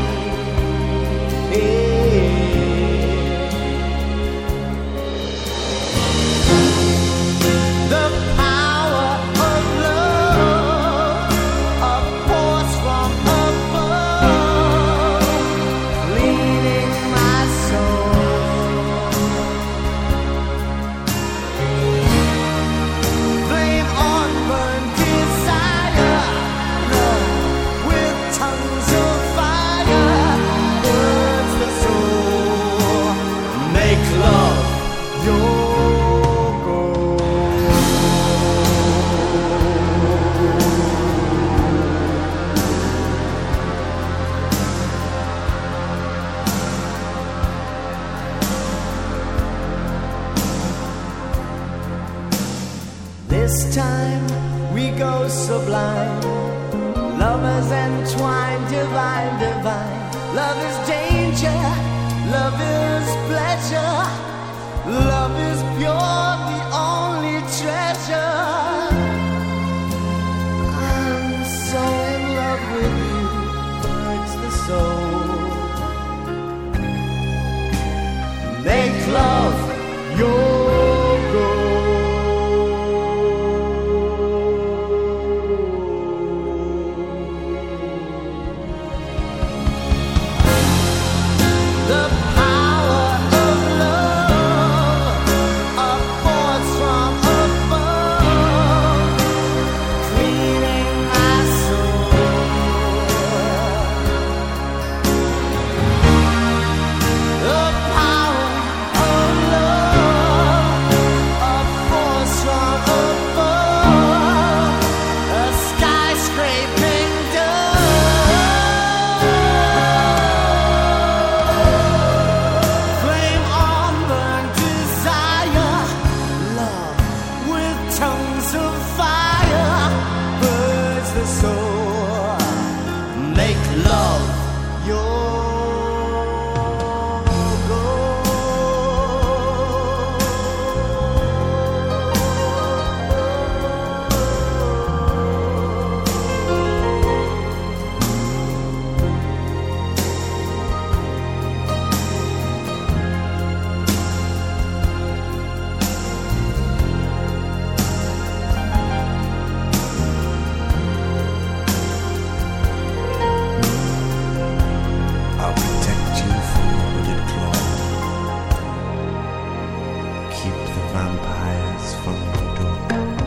The power of love, a force from above, leading my soul. Flame on, burn desire, love with tongues of fire, burns the soul. Make love your This time we go sublime, lovers entwined, divine, divine. Love is danger, love is pleasure, love is pure, the only treasure. I'm so in love with you, hurts the soul. Make love your goal. The power of love, a force from above, cleaning my soul. The power of love, a force from above, a skyscraping dove. Flame on, burn desire, love with tongues of fire, burns the soul. Make love your I'll protect you from the hooded claw. Keep the vampires from your door.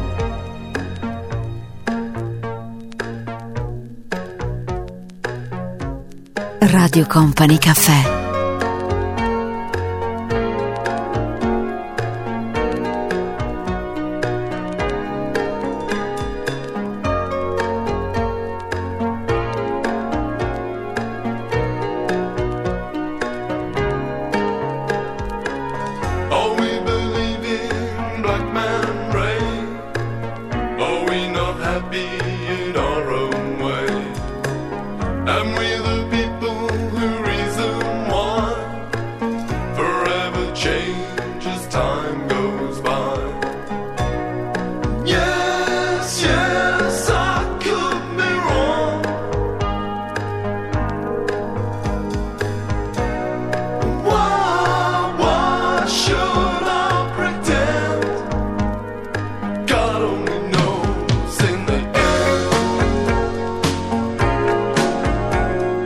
Radio Company Cafè. All we believe in black man rain. Are we not happy in our own way? And we the people who reason why forever change as time goes by. Yes, yes, I could be wrong. Why, why should I pretend? God only knows in the end.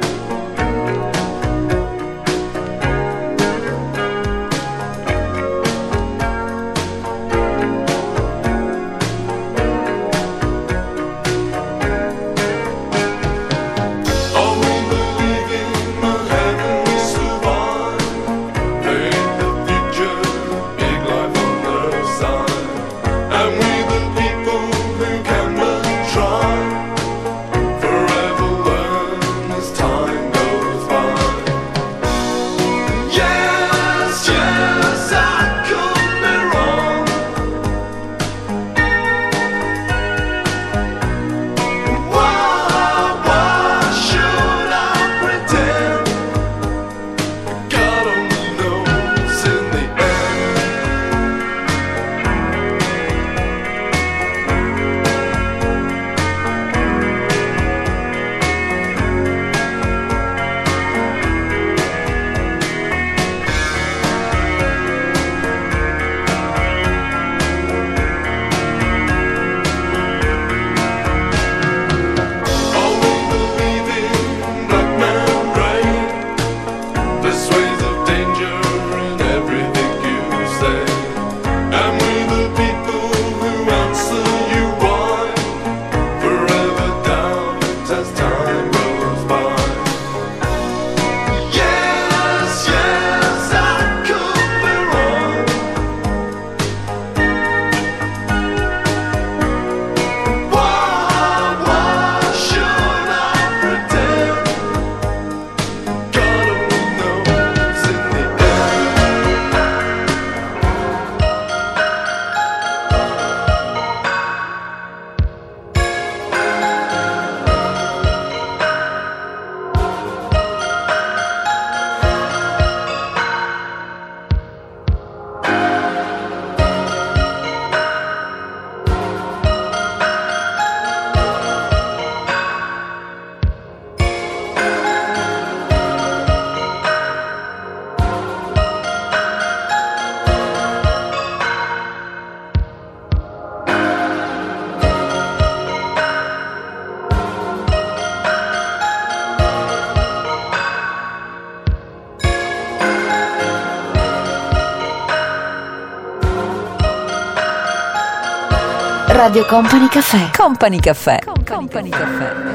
Radio Company Cafè. Company Cafè. Company Cafè.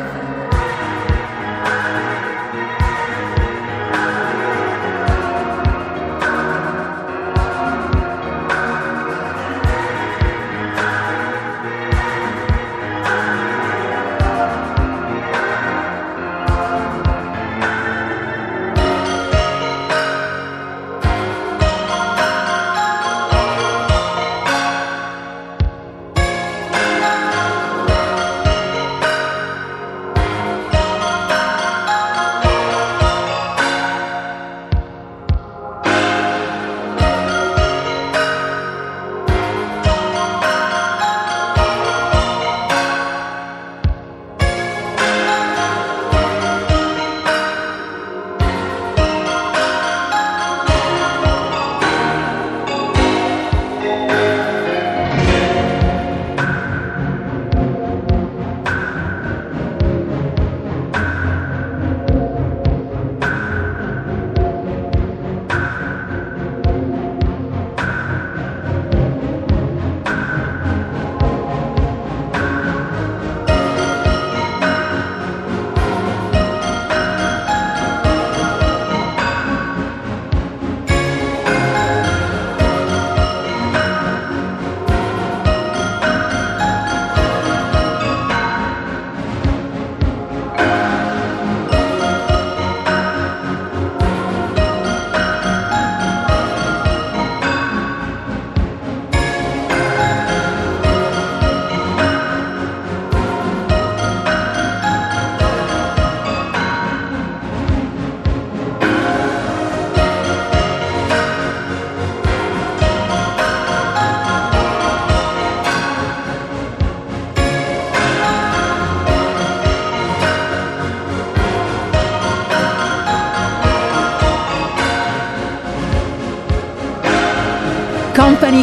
Company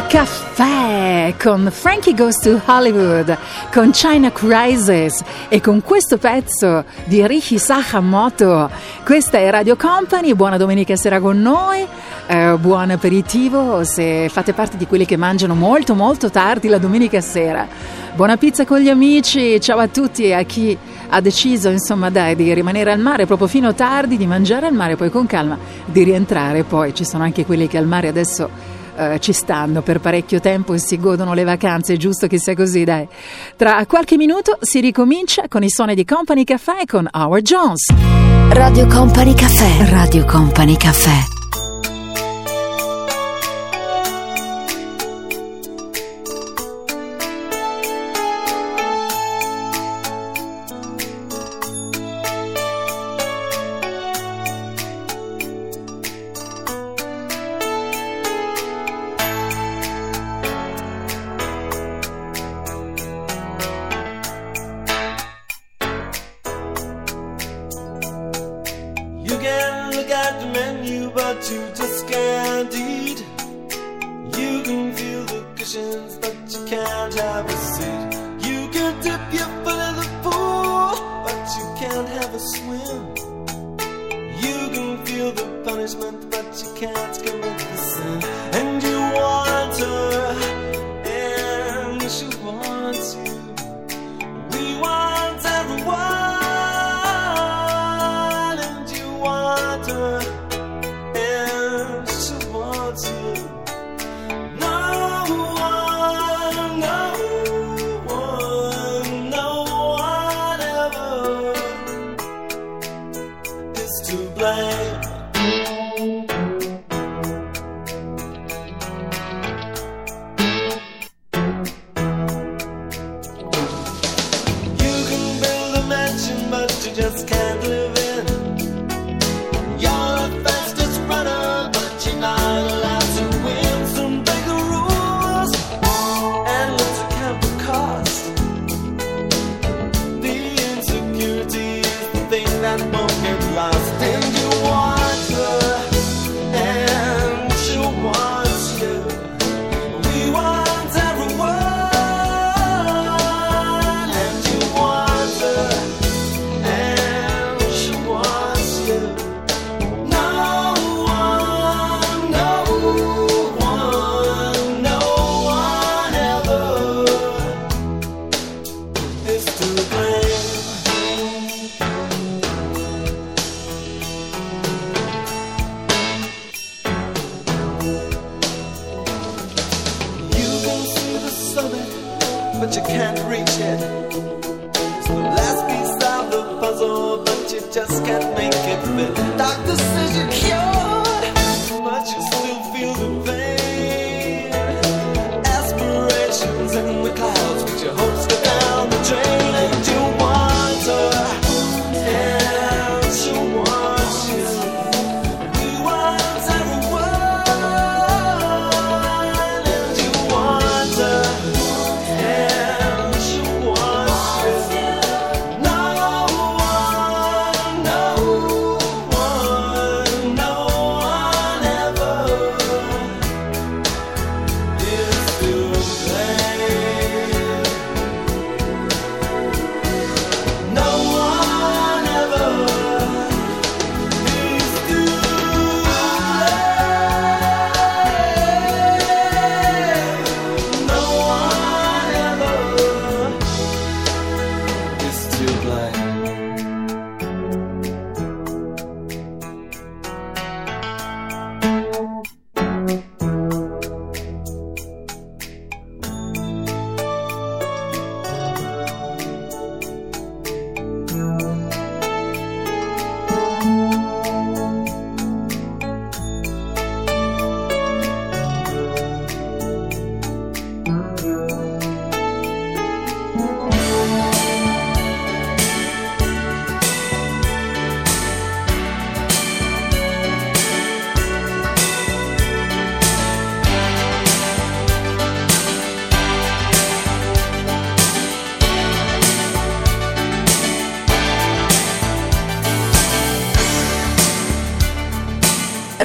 Cafè con Frankie Goes to Hollywood, con China Crisis e con questo pezzo di Rishi Sakamoto. Questa è Radio Company, buona domenica sera con noi, eh, buon aperitivo se fate parte di quelli che mangiano molto molto tardi la domenica sera. Buona pizza con gli amici, ciao a tutti e a chi ha deciso insomma dai di rimanere al mare proprio fino tardi, di mangiare al mare, poi con calma di rientrare. Poi ci sono anche quelli che al mare adesso Uh, ci stanno per parecchio tempo e si godono le vacanze, è giusto che sia così, dai. Tra qualche minuto si ricomincia con i suoni di Company Cafè con Howard Jones. Radio Company Cafè. Radio Company Cafè.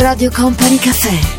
Radio Company Cafè.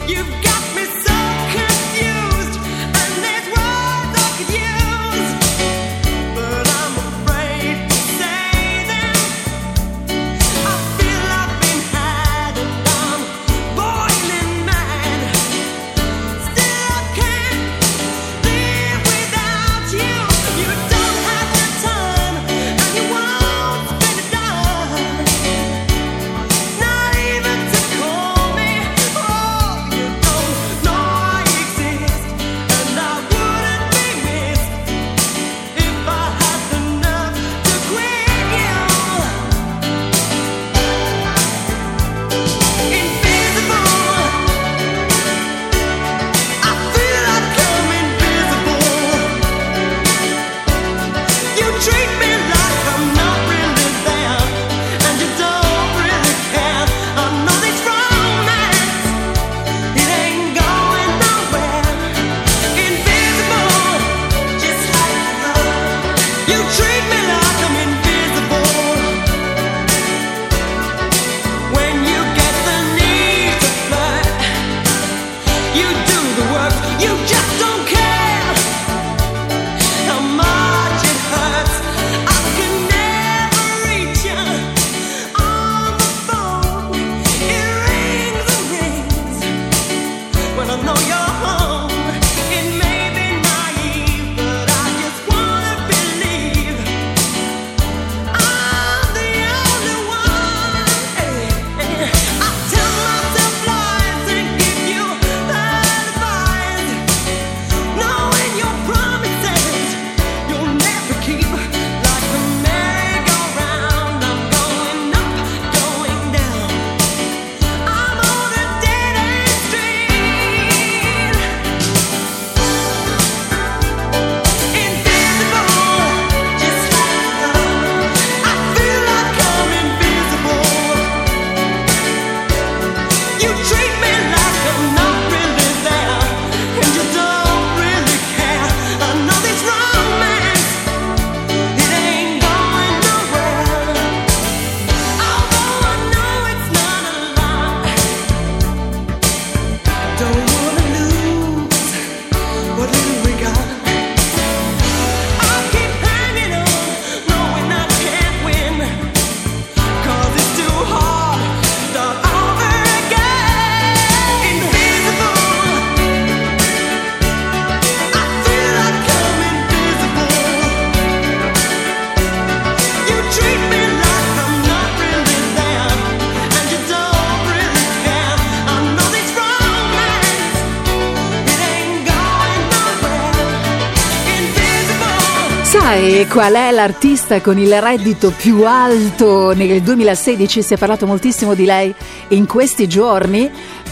Sai qual è l'artista con il reddito più alto nel duemilasedici? Si è parlato moltissimo di lei in questi giorni.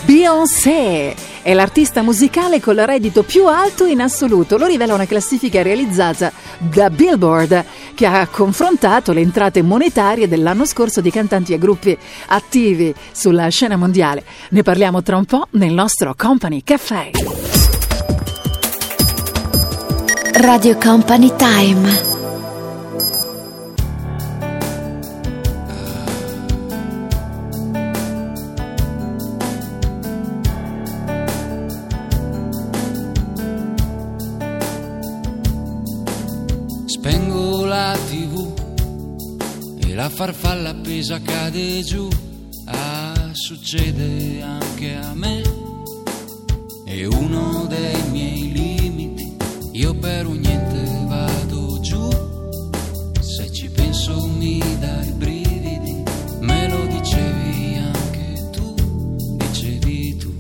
Beyoncé è l'artista musicale con il reddito più alto in assoluto. Lo rivela una classifica realizzata da Billboard, che ha confrontato le entrate monetarie dell'anno scorso di cantanti e gruppi attivi sulla scena mondiale. Ne parliamo tra un po' nel nostro Company Cafè. Radio Company Time. Spengo la tivù e la farfalla appesa cade giù. Ah, succede anche a me. È uno dei miei limiti. Io per un niente vado giù. Se ci penso mi dai brividi. Me lo dicevi anche tu. Dicevi tu.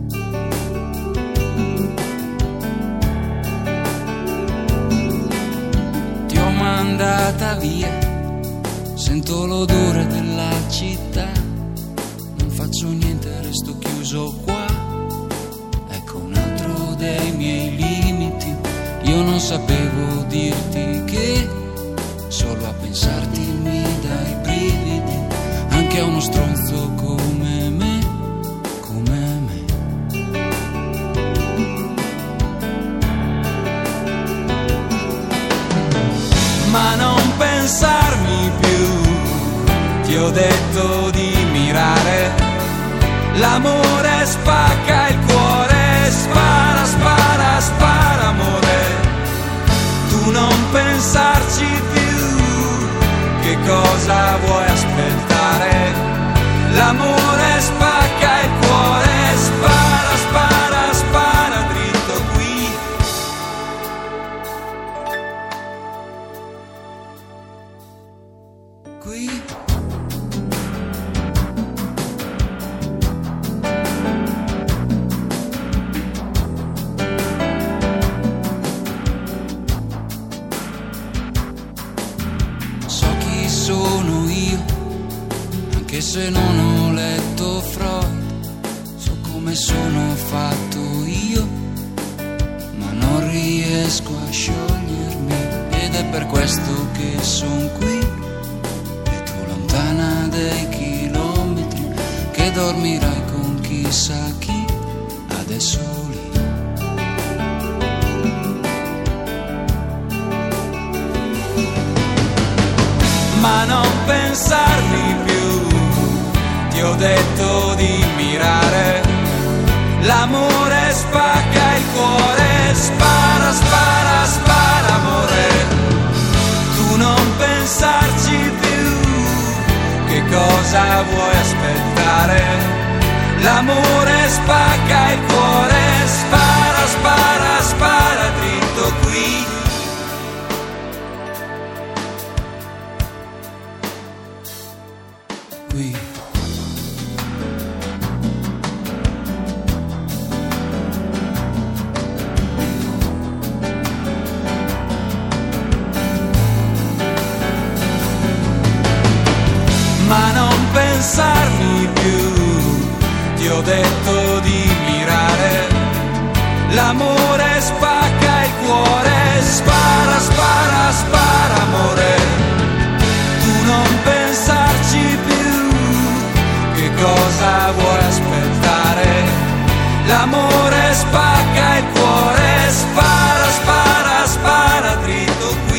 Ti ho mandata via. Sento l'odore della città. Non faccio niente, resto chiuso qua. Ecco un altro dei miei limiti. Io non sapevo dirti che solo a pensarti mi dai brividi. Anche a uno stronzo come me, come me. Ma non pensarmi più, ti ho detto di mirare L'amore spacca il cuore, spara, spara, spara amore. Tu non pensarci più, che cosa vuoi aspettare? L'amore spacca il cuore, spara, spara, spara dritto qui. Qui. Sono io, anche se non ho letto Freud, so come sono fatto io, ma non riesco a sciogliermi, ed è per questo che son qui, e tu lontana dei chilometri, che dormirai con chissà chi, adesso lì. Ma non pensarmi più, ti ho detto di mirare. L'amore spacca il cuore, spara, spara, spara amore. Tu non pensarci più, che cosa vuoi aspettare? L'amore spacca il cuore, spara, spara, spara dritto qui. Qui. Ma non pensarmi più, ti ho detto di mirare. L'amore spacca il cuore, spara, spara, spara amore. Tu non pensarci più, che cosa vuoi aspettare? L'amore spacca il cuore, spara, spara, spara dritto qui.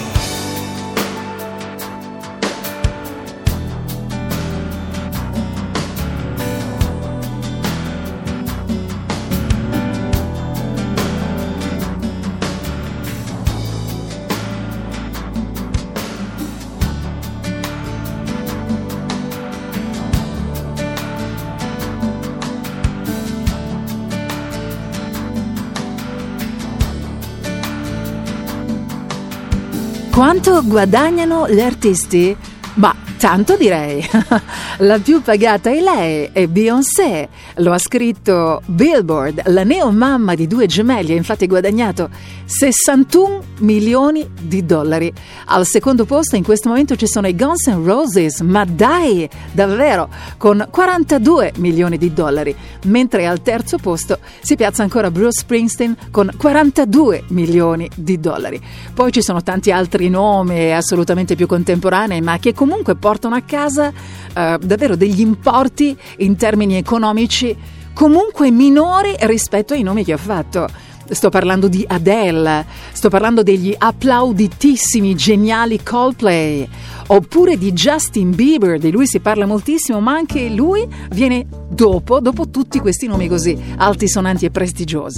Quanto guadagnano gli artisti? Ma tanto direi. La più pagata è lei, è Beyoncé. Lo ha scritto Billboard. La neomamma di due gemelli ha infatti guadagnato sessantuno milioni di dollari. Al secondo posto in questo momento ci sono i Guns N' Roses, ma dai, davvero, con quarantadue milioni di dollari. Mentre al terzo posto si piazza ancora Bruce Springsteen con quarantadue milioni di dollari. Poi ci sono tanti altri nomi assolutamente più contemporanei, ma che comunque portano a casa uh, davvero degli importi in termini economici comunque minori rispetto ai nomi che ho fatto. Sto parlando di Adele, sto parlando degli applauditissimi, geniali Coldplay, oppure di Justin Bieber, di lui si parla moltissimo, ma anche lui viene dopo, dopo tutti questi nomi così altisonanti e prestigiosi.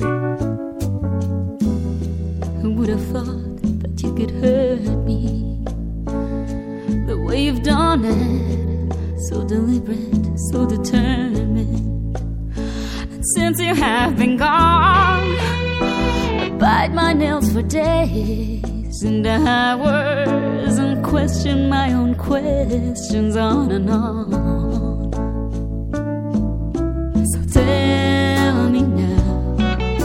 Who would have thought that you could hurt me the way you've done it, so deliberate, so determined. And since you have been gone, I bite my nails for days and hours and question my own questions on and on. So tell me now,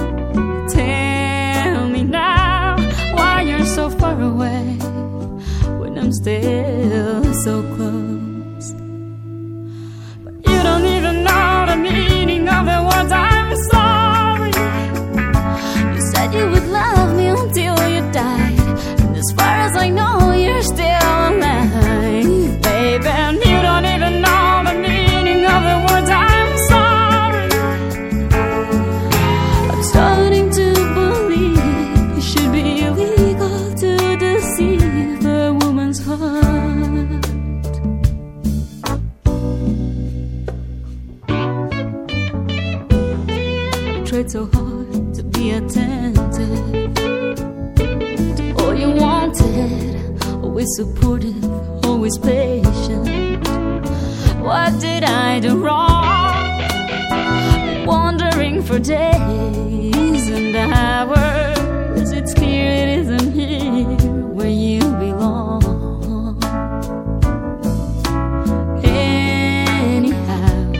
tell me now, why you're so far away when I'm still so close. But you don't even know the meaning of the words I'm sorry. You said you would love me until you died, and as far as I know you're still alive, baby. And you don't even know the meaning of the words I'm sorry. I'm starting to believe it should be illegal to deceive a woman's heart. tried so hard to be attentive to all you wanted, always supportive, always patient. What did I do wrong? Wandering for days and hours, it's clear it isn't here where you belong. Anyhow,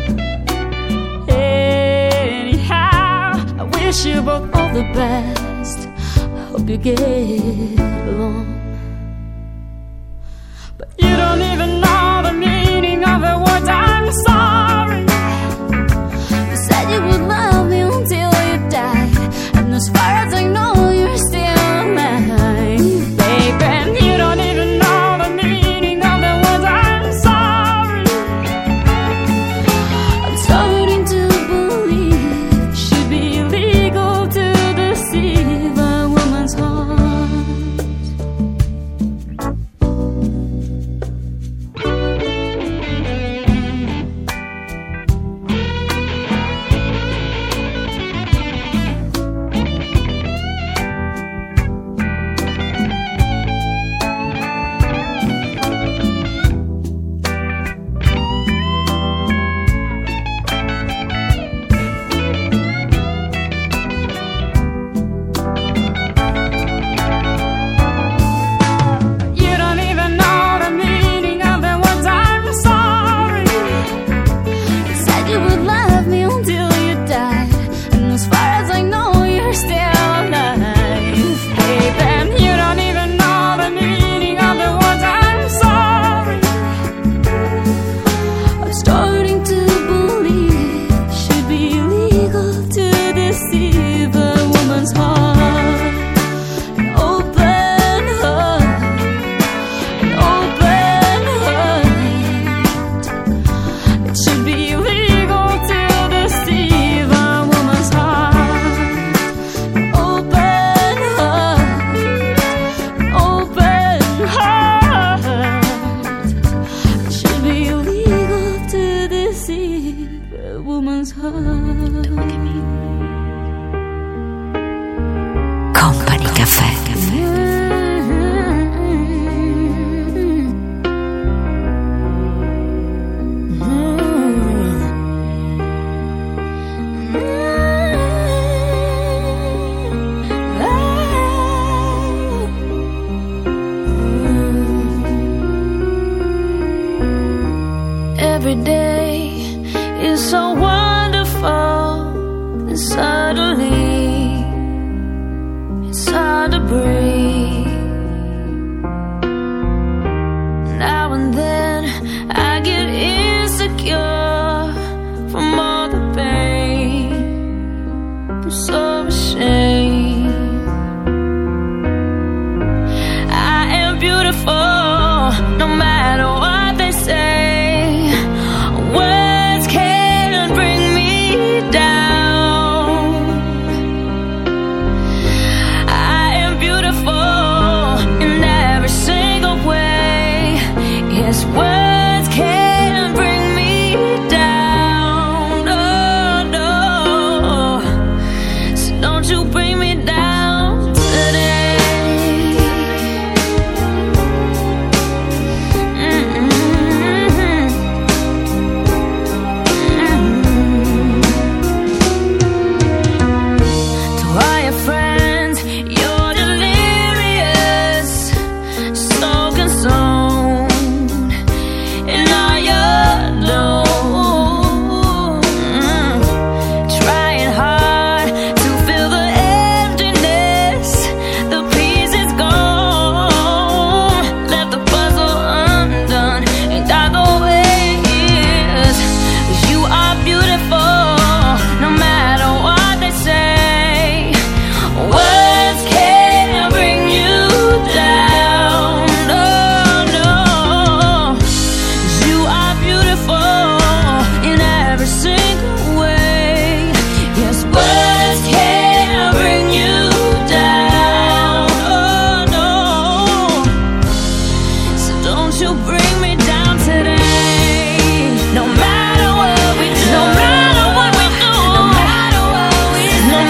anyhow, I wish you both all the best. I hope you get along. But you don't even know the meaning of the words I'm sorry. You said you would love me until you died, and as far as I know, you're still mine, baby. And you don't even know the meaning of the words I'm sorry. I'm starting to believe it should be illegal to deceive a woman's heart. You don't even know the meaning of the words I'm sorry. You said you would love me until you died, and as far as I know, you're still alive, baby. And you don't even know the meaning of the words I'm sorry. I'm starting to believe it should be illegal to deceive a woman's heart. An open heart, an open heart. It should be illegal to deceive a woman's heart. An open heart, an open heart. It should be illegal to deceive a woman's heart. Company Café. Every day is so wonderful, and suddenly it's hard to breathe. Now and then I get insecure from all the pain. I'm so ashamed. I am beautiful, no matter what they say. Words can't bring me down. I am beautiful in every single way. Yes, words can't bring me down. Oh, no. So don't you bring me down today. Mm-mm. To all your friends, you're delirious, so consumed in all your doom. Trying hard to fill the emptiness, the peace is gone. Left the puzzle undone and got the ways. You are beautiful, no matter what they say. Words can't bring you down. No, no. You are beautiful in every single way. Yes, words can't bring you down. Oh, no. So don't you bring me down today. No matter what we do, no matter what we do, no matter what we do, no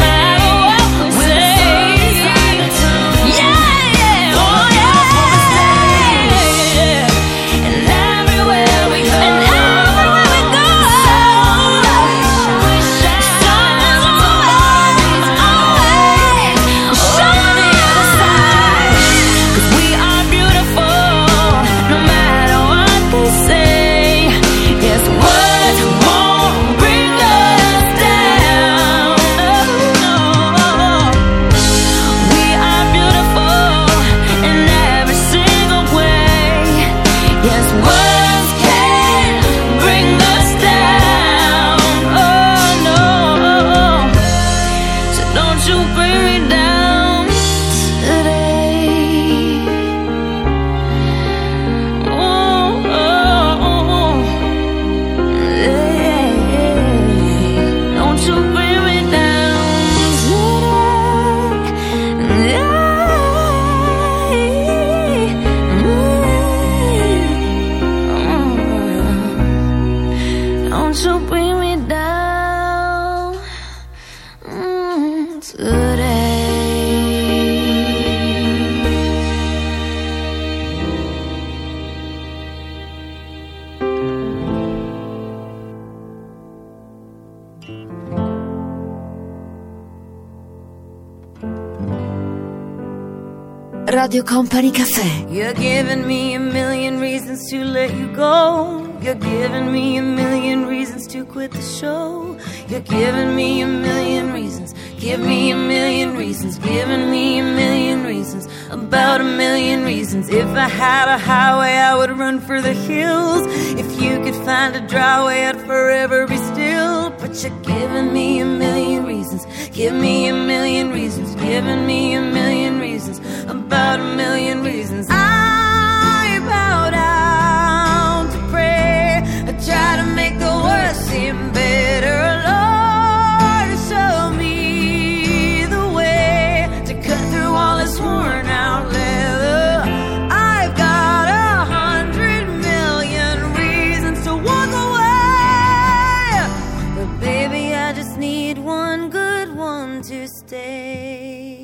Radio Company Cafè. You're giving me a million reasons to let you go. You're giving me a million reasons to quit the show. You're giving me a million reasons. Give me a million reasons. Giving me a million reasons. About a million reasons. If I had a highway, I would run for the hills. If you could find a dry way, I'd forever be still. But you're giving me a million reasons. Give me a million reasons. Giving me a million reasons. About a million reasons. I bow down to pray. I try to make the worst seem better. Lord, show me the way to cut through all this worn out leather. I've got a hundred million reasons to walk away, but baby, I just need one good one to stay.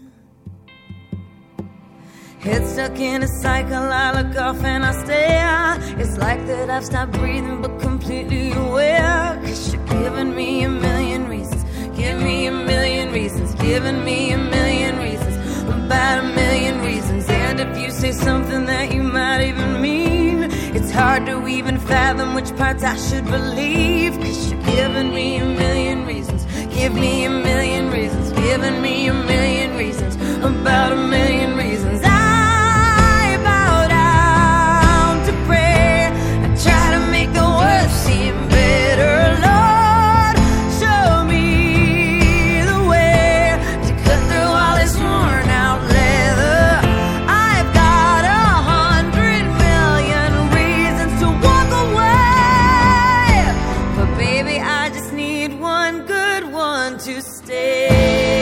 Head stuck in a cycle, I look off and I stare. It's like that I've stopped breathing but completely aware. Cause you're giving me a million reasons. Give me a million reasons. Giving me a million reasons. About a million reasons. And if you say something that you might even mean, it's hard to even fathom which parts I should believe. Cause you're giving me a million reasons. Give me a million reasons. Giving me a million reasons. About a million reasons. I bow down to pray. I try to make the worst seem better. Lord, show me the way to cut through all this worn out leather. I've got a hundred million reasons to walk away, but baby, I just need one good one to stay.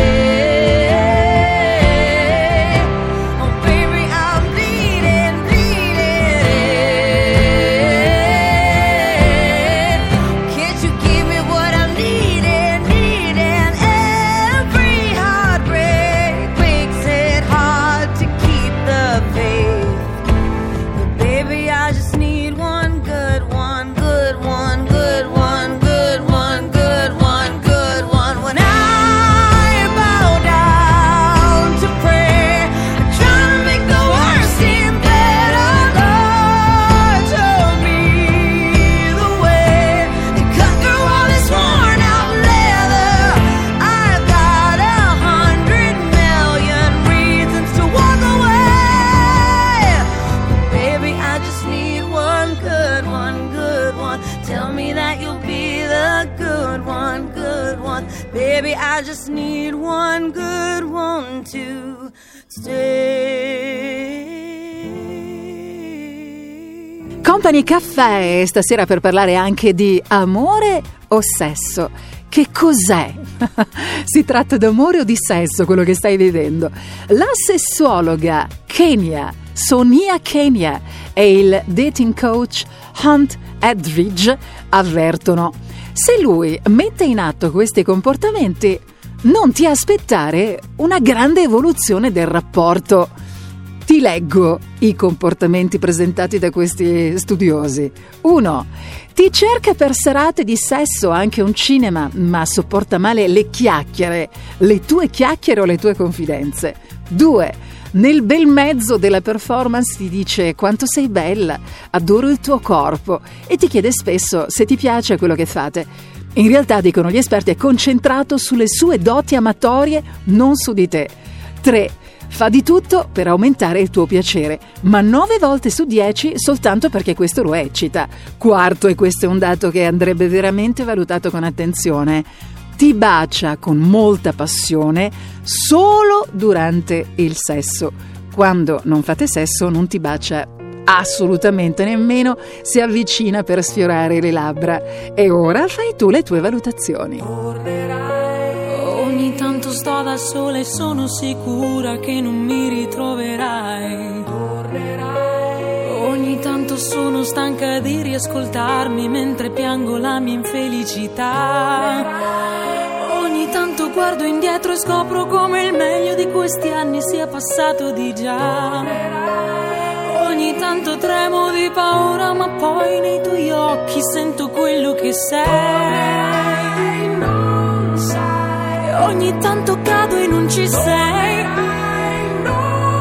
Baby, I just need one good one to stay. Company Cafè stasera per parlare anche di amore o sesso. Che cos'è? Si tratta d'amore o di sesso quello che stai vivendo? La sessuologa Kenya, Sonia Kenya, e il dating coach Hunt Edridge avvertono: se lui mette in atto questi comportamenti, non ti aspettare una grande evoluzione del rapporto. Ti leggo i comportamenti presentati da questi studiosi. uno. Ti cerca per serate di sesso, anche un cinema, ma sopporta male le chiacchiere, le tue chiacchiere o le tue confidenze. due. Nel bel mezzo della performance ti dice quanto sei bella, adoro il tuo corpo e ti chiede spesso se ti piace quello che fate. In realtà, dicono gli esperti, è concentrato sulle sue doti amatorie, non su di te. tre. Fa di tutto per aumentare il tuo piacere, ma nove volte su dieci soltanto perché questo lo eccita. Quarto, e questo è un dato che andrebbe veramente valutato con attenzione, ti bacia con molta passione solo durante il sesso. Quando non fate sesso non ti bacia assolutamente, nemmeno si avvicina per sfiorare le labbra. E ora fai tu le tue valutazioni. Ogni tanto sto da sola e sono sicura che non mi ritroverai. Ogni tanto sono stanca di riascoltarmi mentre piango la mia infelicità. Ogni tanto guardo indietro e scopro come il meglio di questi anni sia passato di già. Ogni tanto tremo di paura, ma poi nei tuoi occhi sento quello che sei. Non sai. Ogni tanto cado e non ci sei.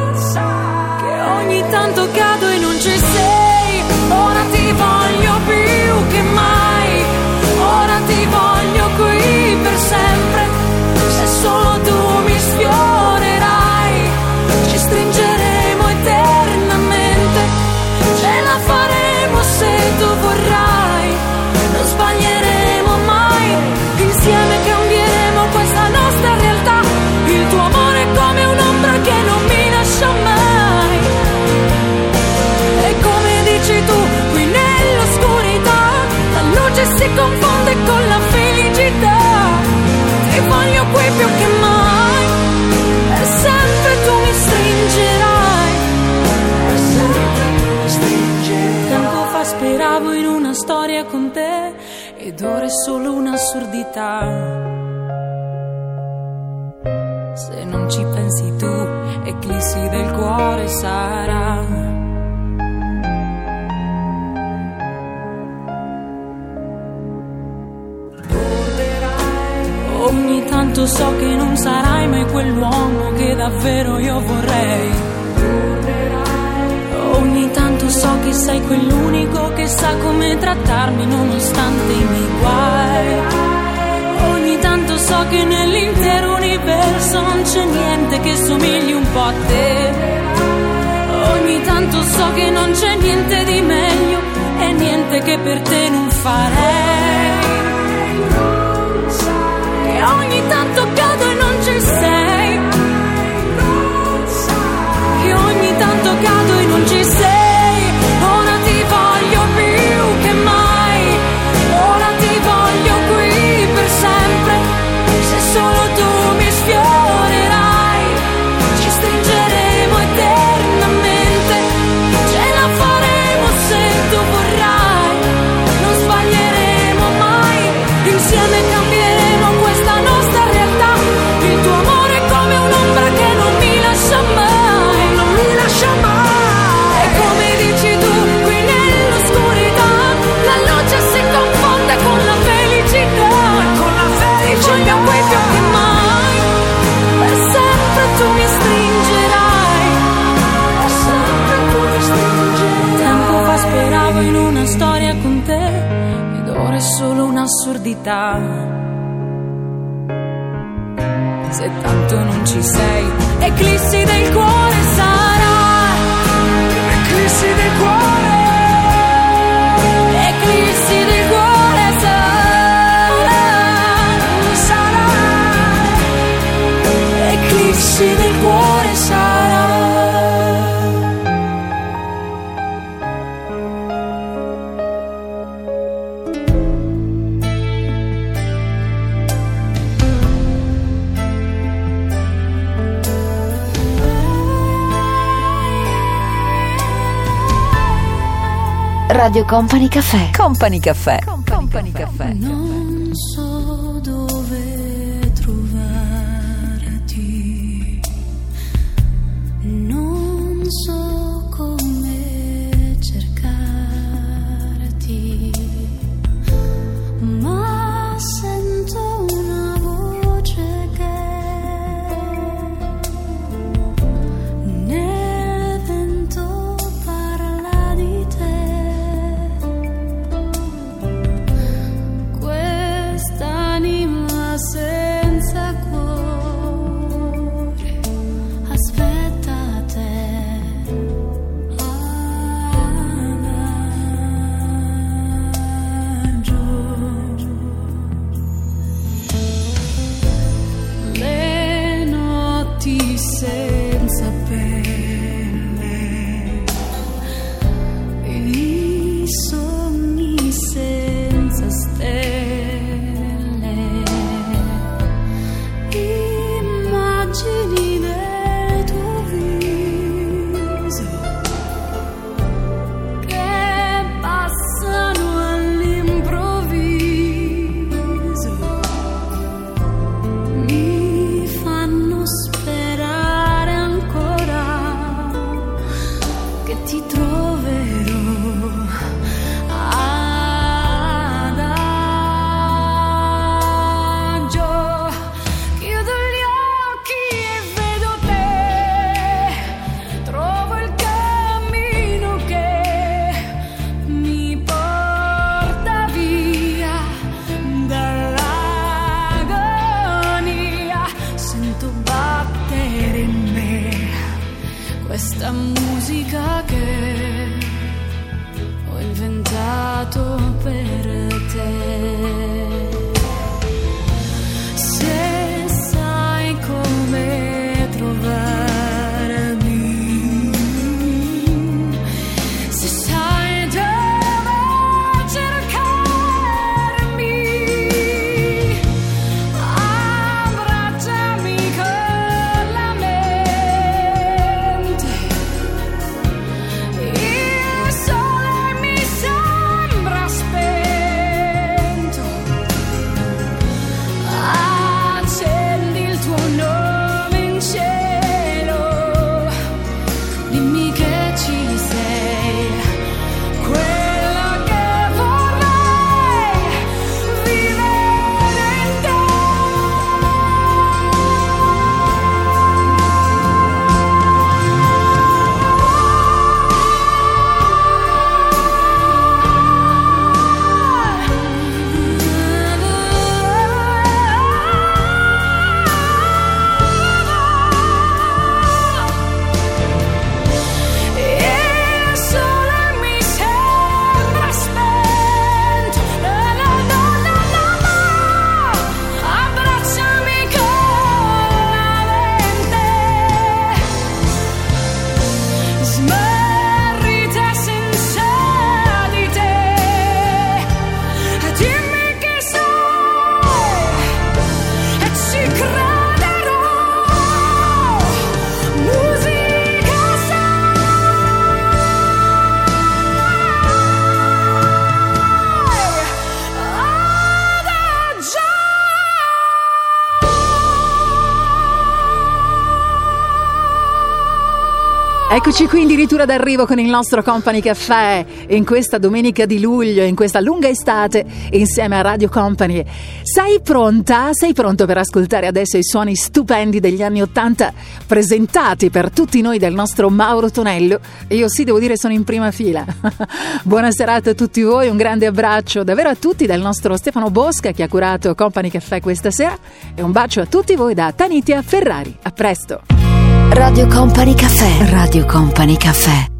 tanto cado e non ci sei, ora ti voglio più che mai, ora ti voglio qui per sempre, se solo tu mi sfiorerai, ci stringeremo eternamente, ce la faremo se tu vorrai, non sbaglieremo mai, insieme cambieremo questa nostra realtà, il tuo amore è come un'ombra che non mi lascia mai, e come dici tu qui nell'oscurità, la luce si confonde con la felicità, ti voglio qui più che mai, e sempre tu mi stringerai, e sempre tu mi stringerai. Tempo fa speravo in una storia con te, ed ora è solo un'assurdità. Se non ci pensi tu, eclissi del cuore sarà. Ogni tanto so che non sarai mai quell'uomo che davvero io vorrei. Ogni tanto so che sei quell'unico che sa come trattarmi nonostante i miei guai. Ogni tanto so che nell'intero universo non c'è niente che somigli un po' a te. Ogni tanto so che non c'è niente di meglio e niente che per te non farei. E ogni tanto cado e non ci sei, che ogni tanto cado e non ci sei, ora ti voglio più che mai, ora ti voglio qui per sempre, se solo tu mi sfiorerai, ci stringeremo eternamente, ce la faremo se tu vorrai, non sbaglieremo mai, insieme cambieremo questa nostra realtà, il tuo amore è come un'ombra che non mi lascia mai, non mi lascia mai, e come dici tu qui nell'oscurità, la luce si confonde con la felicità, con la felicità, ti voglio qui più che mai, per sempre tu mi stringerai, per sempre tu mi stringerai. Tempo fa speravo in una storia con te, ed ora è solo un'assurdità. Se tanto non ci sei, eclissi del cuore sarà, eclissi del cuore, eclissi del cuore sarà, sarà, eclissi del cuore sarà. Radio Company Cafè. Company Cafè. Company Cafè. Non so dove trovarti, non so come cercarti, ma sento una voce che nel vento parla di te. Questa questa musica che ho inventato per te. Se sai come trovarmi, se sai dove cercarmi, abbracciami con la mente. Il sole mi sembra spento, accendi il tuo nome in cielo, dimmi che ci sei, quella che vorrei vivere in te. Il sole mi sembra spento, no, no, no, no, no, no. Abbracciami con la mente, smarrita senza di te. Dimmi chi sei e ci crederò. Musica Eccoci qui addirittura d'arrivo con il nostro Company Cafè in questa domenica di luglio, in questa lunga estate insieme a Radio Company. Sei pronta? Sei pronto per ascoltare adesso i suoni stupendi degli anni Ottanta presentati per tutti noi dal nostro Mauro Tonello? Io sì, devo dire, sono in prima fila. Buona serata a tutti voi, un grande abbraccio davvero a tutti dal nostro Stefano Bosca che ha curato Company Cafè questa sera, e un bacio a tutti voi da Tanitia Ferrari. A presto. Radio Company Cafè. Radio Company Cafè.